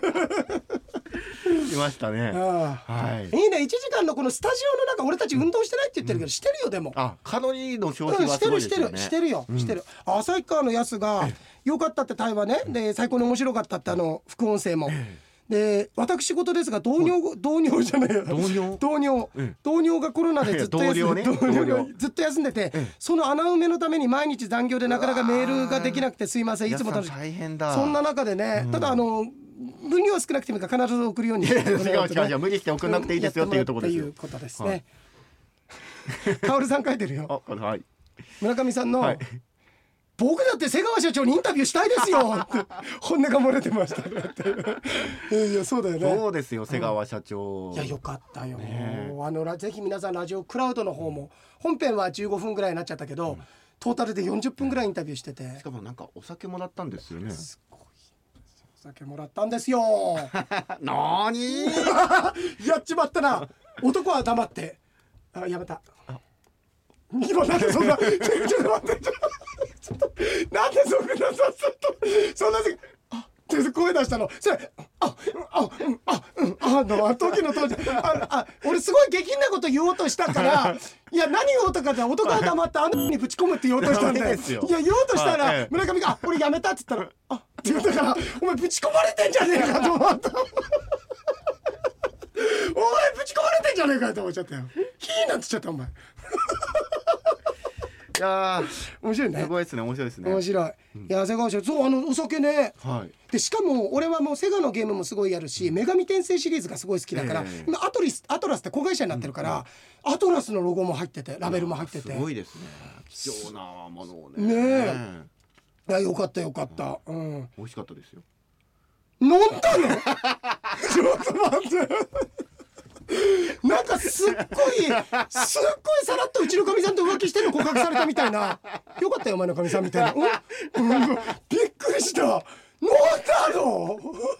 っていましたね。 ああ、はい、いいね。いちじかんのこのスタジオの中俺たち運動してないって言ってるけど、うん、してるよ。でもあカロリーの消費はすごいですよね。 してるよ、うん、してる。旭川のやすが良かったって対話ね、で最高に面白かったってあの副音声も、で私事ですが同僚同僚じゃないよ同僚同僚、うん、同僚がコロナでずっと休んで、ね、同僚がずっと休んでて、うん、その穴埋めのために毎日残業でなかなかメールができなくてすいません。いつも楽しい大変だ。 そんな中でね、うん、ただあの分量は少なくても必ず送るようにして、ね、 違う違う違う無理して送らなくていいですよっていうところですよ。 っていうことですね。カオルさん書いてるよ。 あ、はい、 村上さんの、はい、僕だって瀬川社長にインタビューしたいですよって本音が漏れてましたねっていやそうだよね。 そうですよ瀬川社長、 うん、いやよかったよ、ね、あのぜひ皆さんラジオクラウドの方も本編はじゅうごふんぐらいになっちゃったけど、うん、トータルでよんじゅっぷんぐらいインタビューしてて、 しかもなんかお酒もらったんですよね。 すごいお酒もらったんですよなーにやっちまったな。男は黙って。あやめた。今なんでそんなちょっと待ってちょっとなんでそんなさそんなあって声出したの。それああうんあうんあの時の当時ああ俺すごい下品なこと言おうとしたからいや何言おうとかって男は黙ってあのにぶち込むって言おうとしたんだよ。いや言おうとしたら村上があ俺やめたって言ったらあって言ったからお前ぶち込まれてんじゃねえかと思ったお前ぶち込まれてんじゃねえかと思っちゃったよ。ヒーなんて言っちゃったお前いや面白いね。 すごいですね。面白いですね。 面白い。うん、いや瀬川社長そうあのお酒ね。 はい。 でしかも俺はもうセガのゲームもすごいやるし、うん、女神転生シリーズがすごい好きだから、えー、今アトリスアトラスって子会社になってるから、うん、アトラスのロゴも入っててラベルも入ってて。 すごいですね。貴重なものをね。 ねえ。ねいやよかったよかった。うん。 美味しかったですよ。 飲んだの？ちょっと待って。なんかすっごいすっごいさらっとうちのかみさんと浮気してるの告白されたみたいな。よかったよお前のかみさんみたいな、うんうん、びっくりした。飲んだの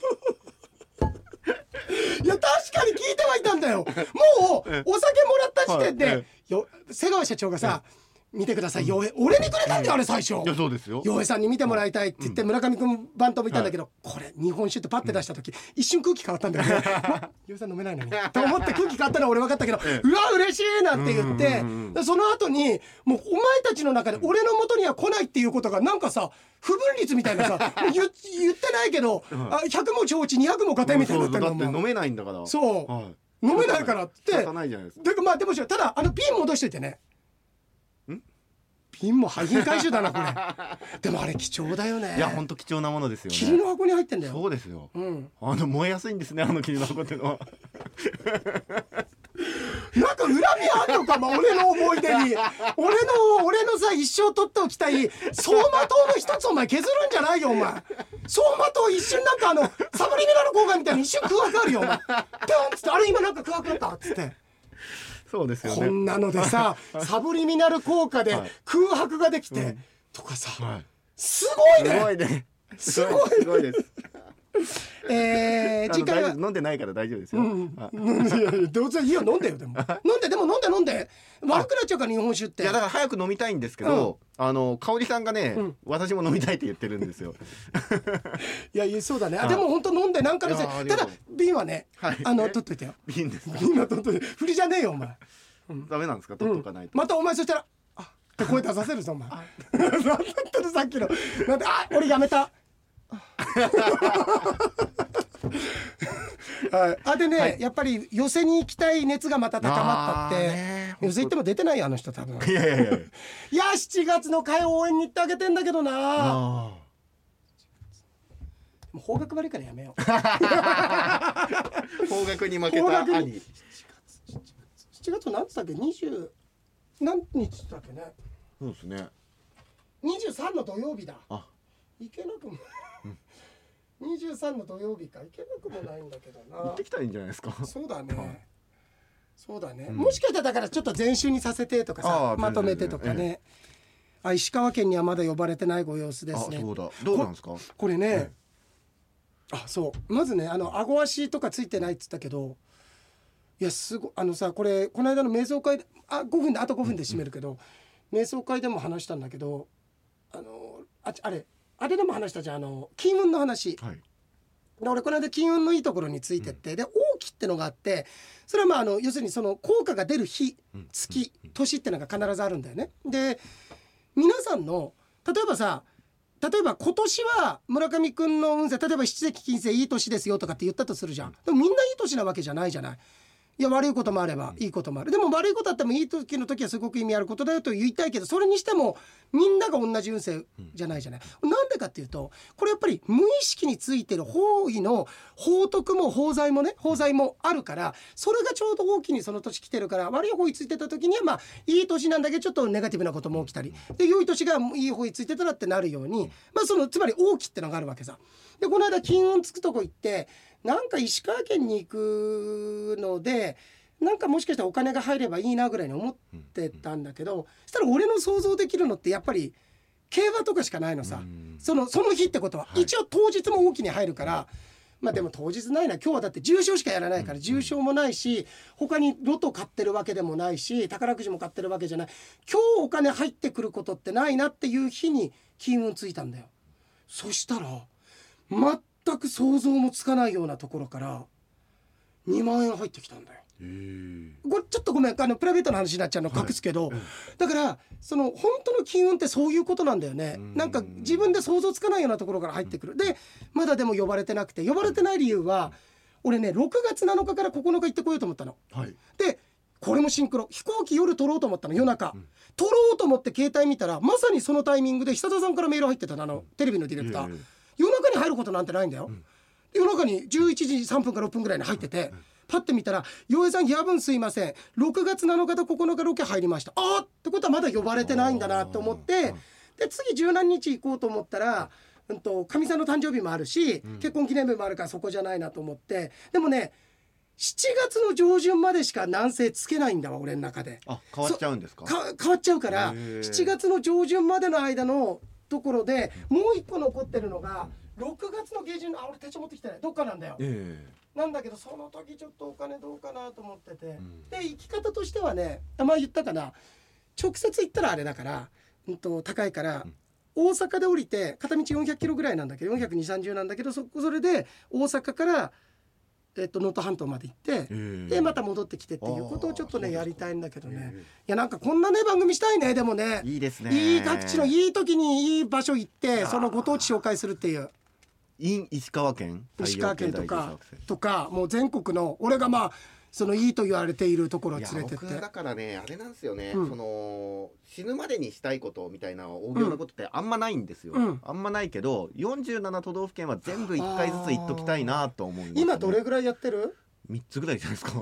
いや確かに聞いてはいたんだよ。もうお酒もらった時点で、はい、よ瀬川社長がさ、見てください、陽平、俺にくれたんだよあれ最初。 いやそうですよ。 陽平さんに見てもらいたいって言って村上くんバントもいたんだけど、これ日本酒ってパッて出した時一瞬空気変わったんだよね。陽平さん飲めないのにと思って空気変わったのは俺分かったけど、うわ嬉しいなって言って、その後にもうお前たちの中で俺の元には来ないっていうことがなんかさ不分率みたいなさ言, 言ってないけど、あひゃくも承知にひゃくも加点みたいになってるの。 だって飲めないんだから。 そう、はい、飲めないからってでまあでもただあのピン戻しといてね。ピンも廃品回収だなこれ。でもあれ貴重だよね。 いや本当貴重なものですよね。 霧の箱に入ってんだよ。 そうですよ、 うん、 あの燃えやすいんですねあの霧の箱っていうのは。 なんか恨みあんのか、まあ、俺の思い出に俺の俺のさ一生取っておきたい走馬灯の一つお前削るんじゃないよお前。走馬灯一瞬なんかあのサブリミナル効果みたいに一瞬空白あるよお前。ピョンっつってあれ今なんか空白だったっつって。 そうですよね、 こんなのでさサブリミナル効果で空白ができて、はい、とかさ、はい、すごいね。 すごいね。 すごいすごいです。 えー、次回は飲んでないから大丈夫ですよ。うん、 いやいやどうせいいよ飲んでよでも飲んででも飲んで飲んで悪くなっちゃうから日本酒って。 いやだから早く飲みたいんですけど、うん、あの香織さんがね、うん、私も飲みたいって言ってるんですよ。 いやいやそうだね。あでも本当飲んでなんかのせい。ただ瓶はね、はい、あの取っといてよ。 瓶ですか。 瓶は取っといて。振りじゃねえよお前。 うん、ダメなんですか取っとかないと、 うん、またお前そしたらあって声出させるぞお前。なんだったのさっきのなんであ俺やめた。はい、あでね、はい、やっぱり寄せに行きたい熱がまた高まったって。寄せ行っても出てないよあの人多分。いやいやいやいやしちがつの会応援に行ってあげてんだけどな。もう方角悪いからやめよう。 方角に負けた兄。 しちがつ何つったっけにじゅう何日だっけね。 そうですね。 にじゅうさんの土曜日だ。 あ行けなくも。にじゅうさんの土曜日か行けなくもないんだけどな。 行ってきたらいいんじゃないですか。 そうだね。そうだね、うん、もしかしたらだからちょっと前週にさせてとかさまとめてとかね、ええ、あ石川県にはまだ呼ばれてないご様子ですね。 あそうだどうなんですか こ, これね、ええ、 あ、そうまずねあの顎足とかついてないっつったけど、いやすごいあのさこれこの間の瞑想会であごふんであとごふんで締めるけど、うん、瞑想会でも話したんだけど、あのああれあれでも話したじゃん、あの金運の話、 はい、 で俺この間金運のいいところについてって、うん、で王期ってのがあって、それはまああの要するにその効果が出る日、うん、月、うん、年ってのが必ずあるんだよね。で皆さんの例えばさ例えば今年は村上くんの運勢例えば七石金星いい年ですよとかって言ったとするじゃん。でもみんないい年なわけじゃないじゃない。いや悪いこともあればいいこともある。でも悪いことあってもいい時の時はすごく意味あることだよと言いたいけど、それにしてもみんなが同じ運勢じゃないじゃない。なんでかっていうとこれやっぱり無意識についてる方位の法徳も法財もね法財もあるから、それがちょうど大きにその年来てるから、悪い方位ついてた時にはまあいい年なんだけどちょっとネガティブなことも起きたりで、良い年がいい方位ついてたらってなるように、まあそのつまり王期ってのがあるわけさ。でこの間金運つくとこ行ってなんか石川県に行くのでなんかもしかしたらお金が入ればいいなぐらいに思ってたんだけど、うんうん、そしたら俺の想像できるのってやっぱり競馬とかしかないのさ、うん、そのその日ってことは、はい、一応当日も大きに入るから、うん、まあでも当日ないな、今日はだって重賞しかやらないから重賞もないし他にロト買ってるわけでもないし宝くじも買ってるわけじゃない、今日お金入ってくることってないなっていう日に金運ついたんだよ。そしたら全く想像もつかないようなところからにまんえん入ってきたんだよ。これちょっとごめんあのプライベートな話になっちゃうの隠すけど、はい、だからその本当の金運ってそういうことなんだよね。なんか自分で想像つかないようなところから入ってくる。でまだでも呼ばれてなくて、呼ばれてない理由は俺ねろくがつなのかからここのか行ってこようと思ったの、はい、でこれもシンクロ、飛行機夜取ろうと思ったの夜中、うん、取ろうと思って携帯見たらまさにそのタイミングで久田さんからメール入ってたの、あのテレビのディレクター、夜中に入ることなんてないんだよ、うん、夜中にじゅういちじさんぷんかろっぷんぐらいに入ってて、うん、パッて見たら「洋平さん夜分すいませんろくがつなのかとここのかロケ入りました」あーってことはまだ呼ばれてないんだなと思って、で次十何日行こうと思ったらうんとかみさんの誕生日もあるし、うん、結婚記念日もあるからそこじゃないなと思って、でもねしちがつの上旬までしか南西つけないんだわ俺の中で。 あ変わっちゃうんですか。 か変わっちゃうからしちがつの上旬までの間のところでもう一個残ってるのがろくがつの下旬のあ俺手帳持ってきてないどっかなんだよ、えー、なんだけどその時ちょっとお金どうかなと思ってて、うん、で行き方としてはね前言ったかな、直接行ったらあれだから、うんと、高いから、うん、大阪で降りて片道よんひゃくキロぐらいなんだけどよんひゃくにじゅう、さんじゅうなんだけど そ, それで大阪からえっと、能登半島まで行って、えー、でまた戻ってきてっていうことをちょっとねやりたいんだけどね、えー、いやなんかこんなね番組したいね。でもねいいですね、 いい各地のいい時にいい場所行ってそのご当地紹介するっていう、 石川県石川県とかとかもう全国の俺がまあそのいいと言われているところを連れてって。 僕だからねあれなんですよね、うん、その死ぬまでにしたいことみたいな大行なことってあんまないんですよ、うん、あんまないけどよんじゅうなな都道府県は全部いっかいずつ行っときたいなと思う、ね、 今どれぐらいやってる？ みっつぐらいじゃないですか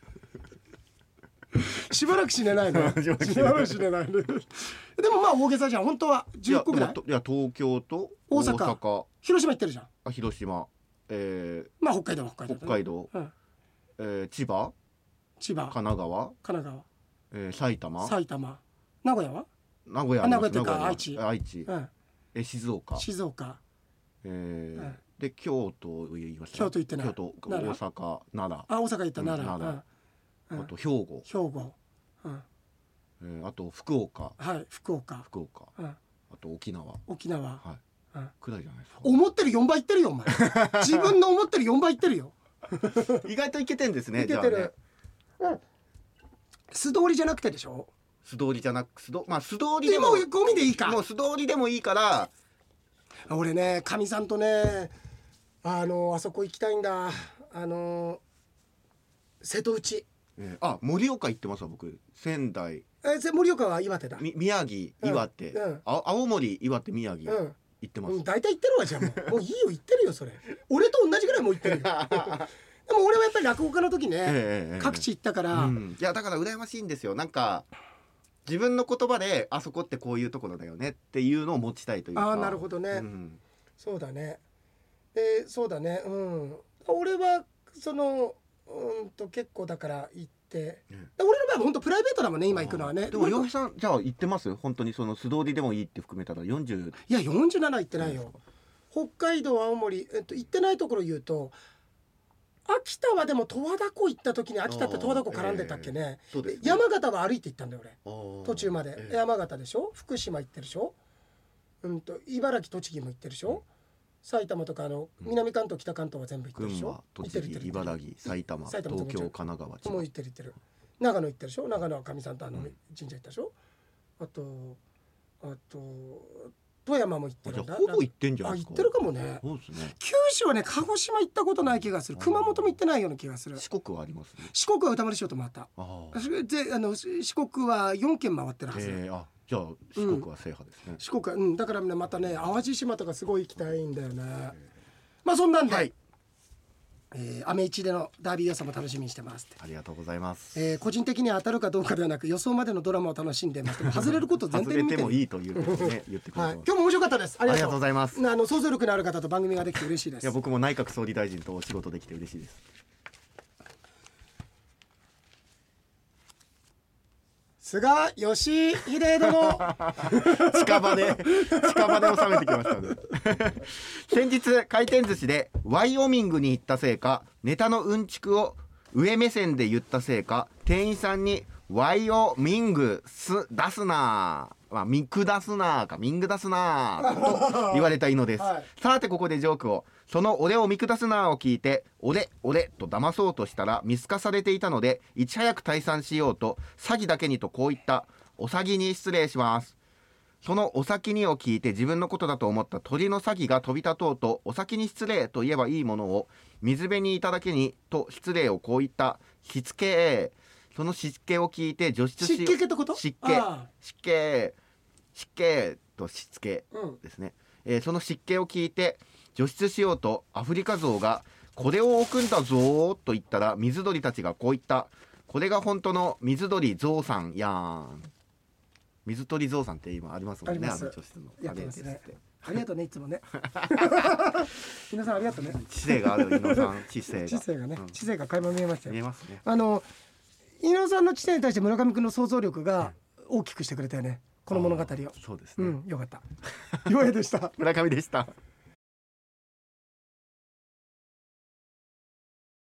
しばらく死ねないのしばらく死ねないのでもまあ大げさじゃん本当はじゅっこぐらい。 いや東京と大阪、大阪広島行ってるじゃん。 あ広島、えー、 まあ北海道北海道、 北海道、うんえー、千葉千葉神奈川神奈川、 えー、埼玉埼玉名古屋は名古屋名古屋というか愛知愛知、うん、え静岡静岡、 えーうん、で京都言いました。 京都行ってない。 京都大阪奈良あ大阪行った奈良、 うん、奈良、うん、あと兵庫兵庫、うんえー、あと福岡はい福岡福岡、うん、あと沖縄沖縄はいくらいじゃないですか。 思ってるよんばいいってるよお前自分の思ってるよんばいいってるよ意外といけてんですね。 いけてる、ね、うん、素通りじゃなくてでしょ。 素通りじゃなく素通まあ素通りでもでもゴミでいいか。 もう素通りでもいいから俺ねかみさんとねあのあそこ行きたいんだ。あの瀬戸内、 えー、あ盛岡行ってますわ僕。仙台え盛岡は岩手だ。 宮城岩手、うんうん、あ青森岩手宮城、うん行ってます。 大体行ってるわじゃんもう。もういいよ行ってるよそれ。俺と同じぐらいもう行ってるよ。でも俺はやっぱり落語家の時ね、えー、各地行ったから、うん、 いやだから羨ましいんですよ。なんか自分の言葉であそこってこういうところだよねっていうのを持ちたいというか。 あなるほどね、うん、そうだね、えー、そうだね、うん、俺はそのうんと結構だから行って、うん、俺の場合は本当プライベートだもんね今行くのはね。 でも洋平さんじゃあ行ってます本当にその素通りでもいいって含めたらよんじゅう。 いやよんじゅうなな行ってないよ。 北海道青森、えっと、行ってないところ言うと秋田はでも十和田湖行った時に秋田って十和田湖絡んでたっけね、 えーね、 山形は歩いて行ったんだよ俺途中まで、 えー、 山形でしょ、福島行ってるでしょ、うんと茨城栃木も行ってるでしょ、うん、埼玉とかあの南関東北関東は全部行ってるでしょ、 群馬栃木茨城埼玉東京神奈川千葉もう行ってる行ってる、長野行ってるでしょ、長野はかみさんとあの神社行ったでしょ、あとあと富山も行ってるんだ。 ほぼ行ってんじゃん。 あ、行ってるかもね。 そうですね。 九州はね、鹿児島行ったことない気がする。熊本も行ってないような気がする。 四国はありますね。 四国は歌丸師匠と回った。 あで、あの四国は四県回ってるはず。 えー、あ、じゃあ四国は制覇ですね。 うん、四国は、うん、だからね、またね、淡路島とかすごい行きたいんだよね。まあそんなんで。はい、えー、アメイチでのダービー予想も楽しみにしてますって。 ありがとうございます、 えー、個人的には当たるかどうかではなく予想までのドラマを楽しんでます。でも外れること全然見て外れてもいいということね言ってくれてます、はい、 今日も面白かったです。ありがとうございます。 あの想像力のある方と番組ができて嬉しいです。 いや僕も内閣総理大臣とお仕事できて嬉しいです。 菅義偉殿近場で近場で収めてきましたね先日回転寿司でワイオミングに行ったせいかネタのうんちくを上目線で言ったせいか店員さんにワイオミングす出すなー、まあ、ミク出すなーかミング出すなーと言われたいのです、はい、さてここでジョークを。その俺を見下すなーを聞いて俺俺と騙そうとしたら見透かされていたのでいち早く退散しようと詐欺だけにとこう言った。お先に失礼します。そのお先にを聞いて自分のことだと思った鳥の詐欺が飛び立とうとお先に失礼と言えばいいものを水辺にいただけにと失礼をこう言った。しつけその湿気を聞いて除湿し湿気ってこと？ 湿気湿気湿気としつけですね、うん、えー、その湿気を聞いて除湿しようとアフリカゾウがこれを置くんだぞーと言ったら水鳥たちがこう言った。これが本当の水鳥ゾウさんやん。水鳥ゾウさんって今ありますもんね。あの除湿のやってますね。ありがとうねいつもね皆さんありがとうね。 知性がある伊野さん知性が知性がね、うん、知性が垣間見えましたよ。 見えますね。 あの伊野さんの知性に対して村上君の想像力が大きくしてくれたよね、この物語を。 そうですね、 うん、よかった。よえでした。 村上でした。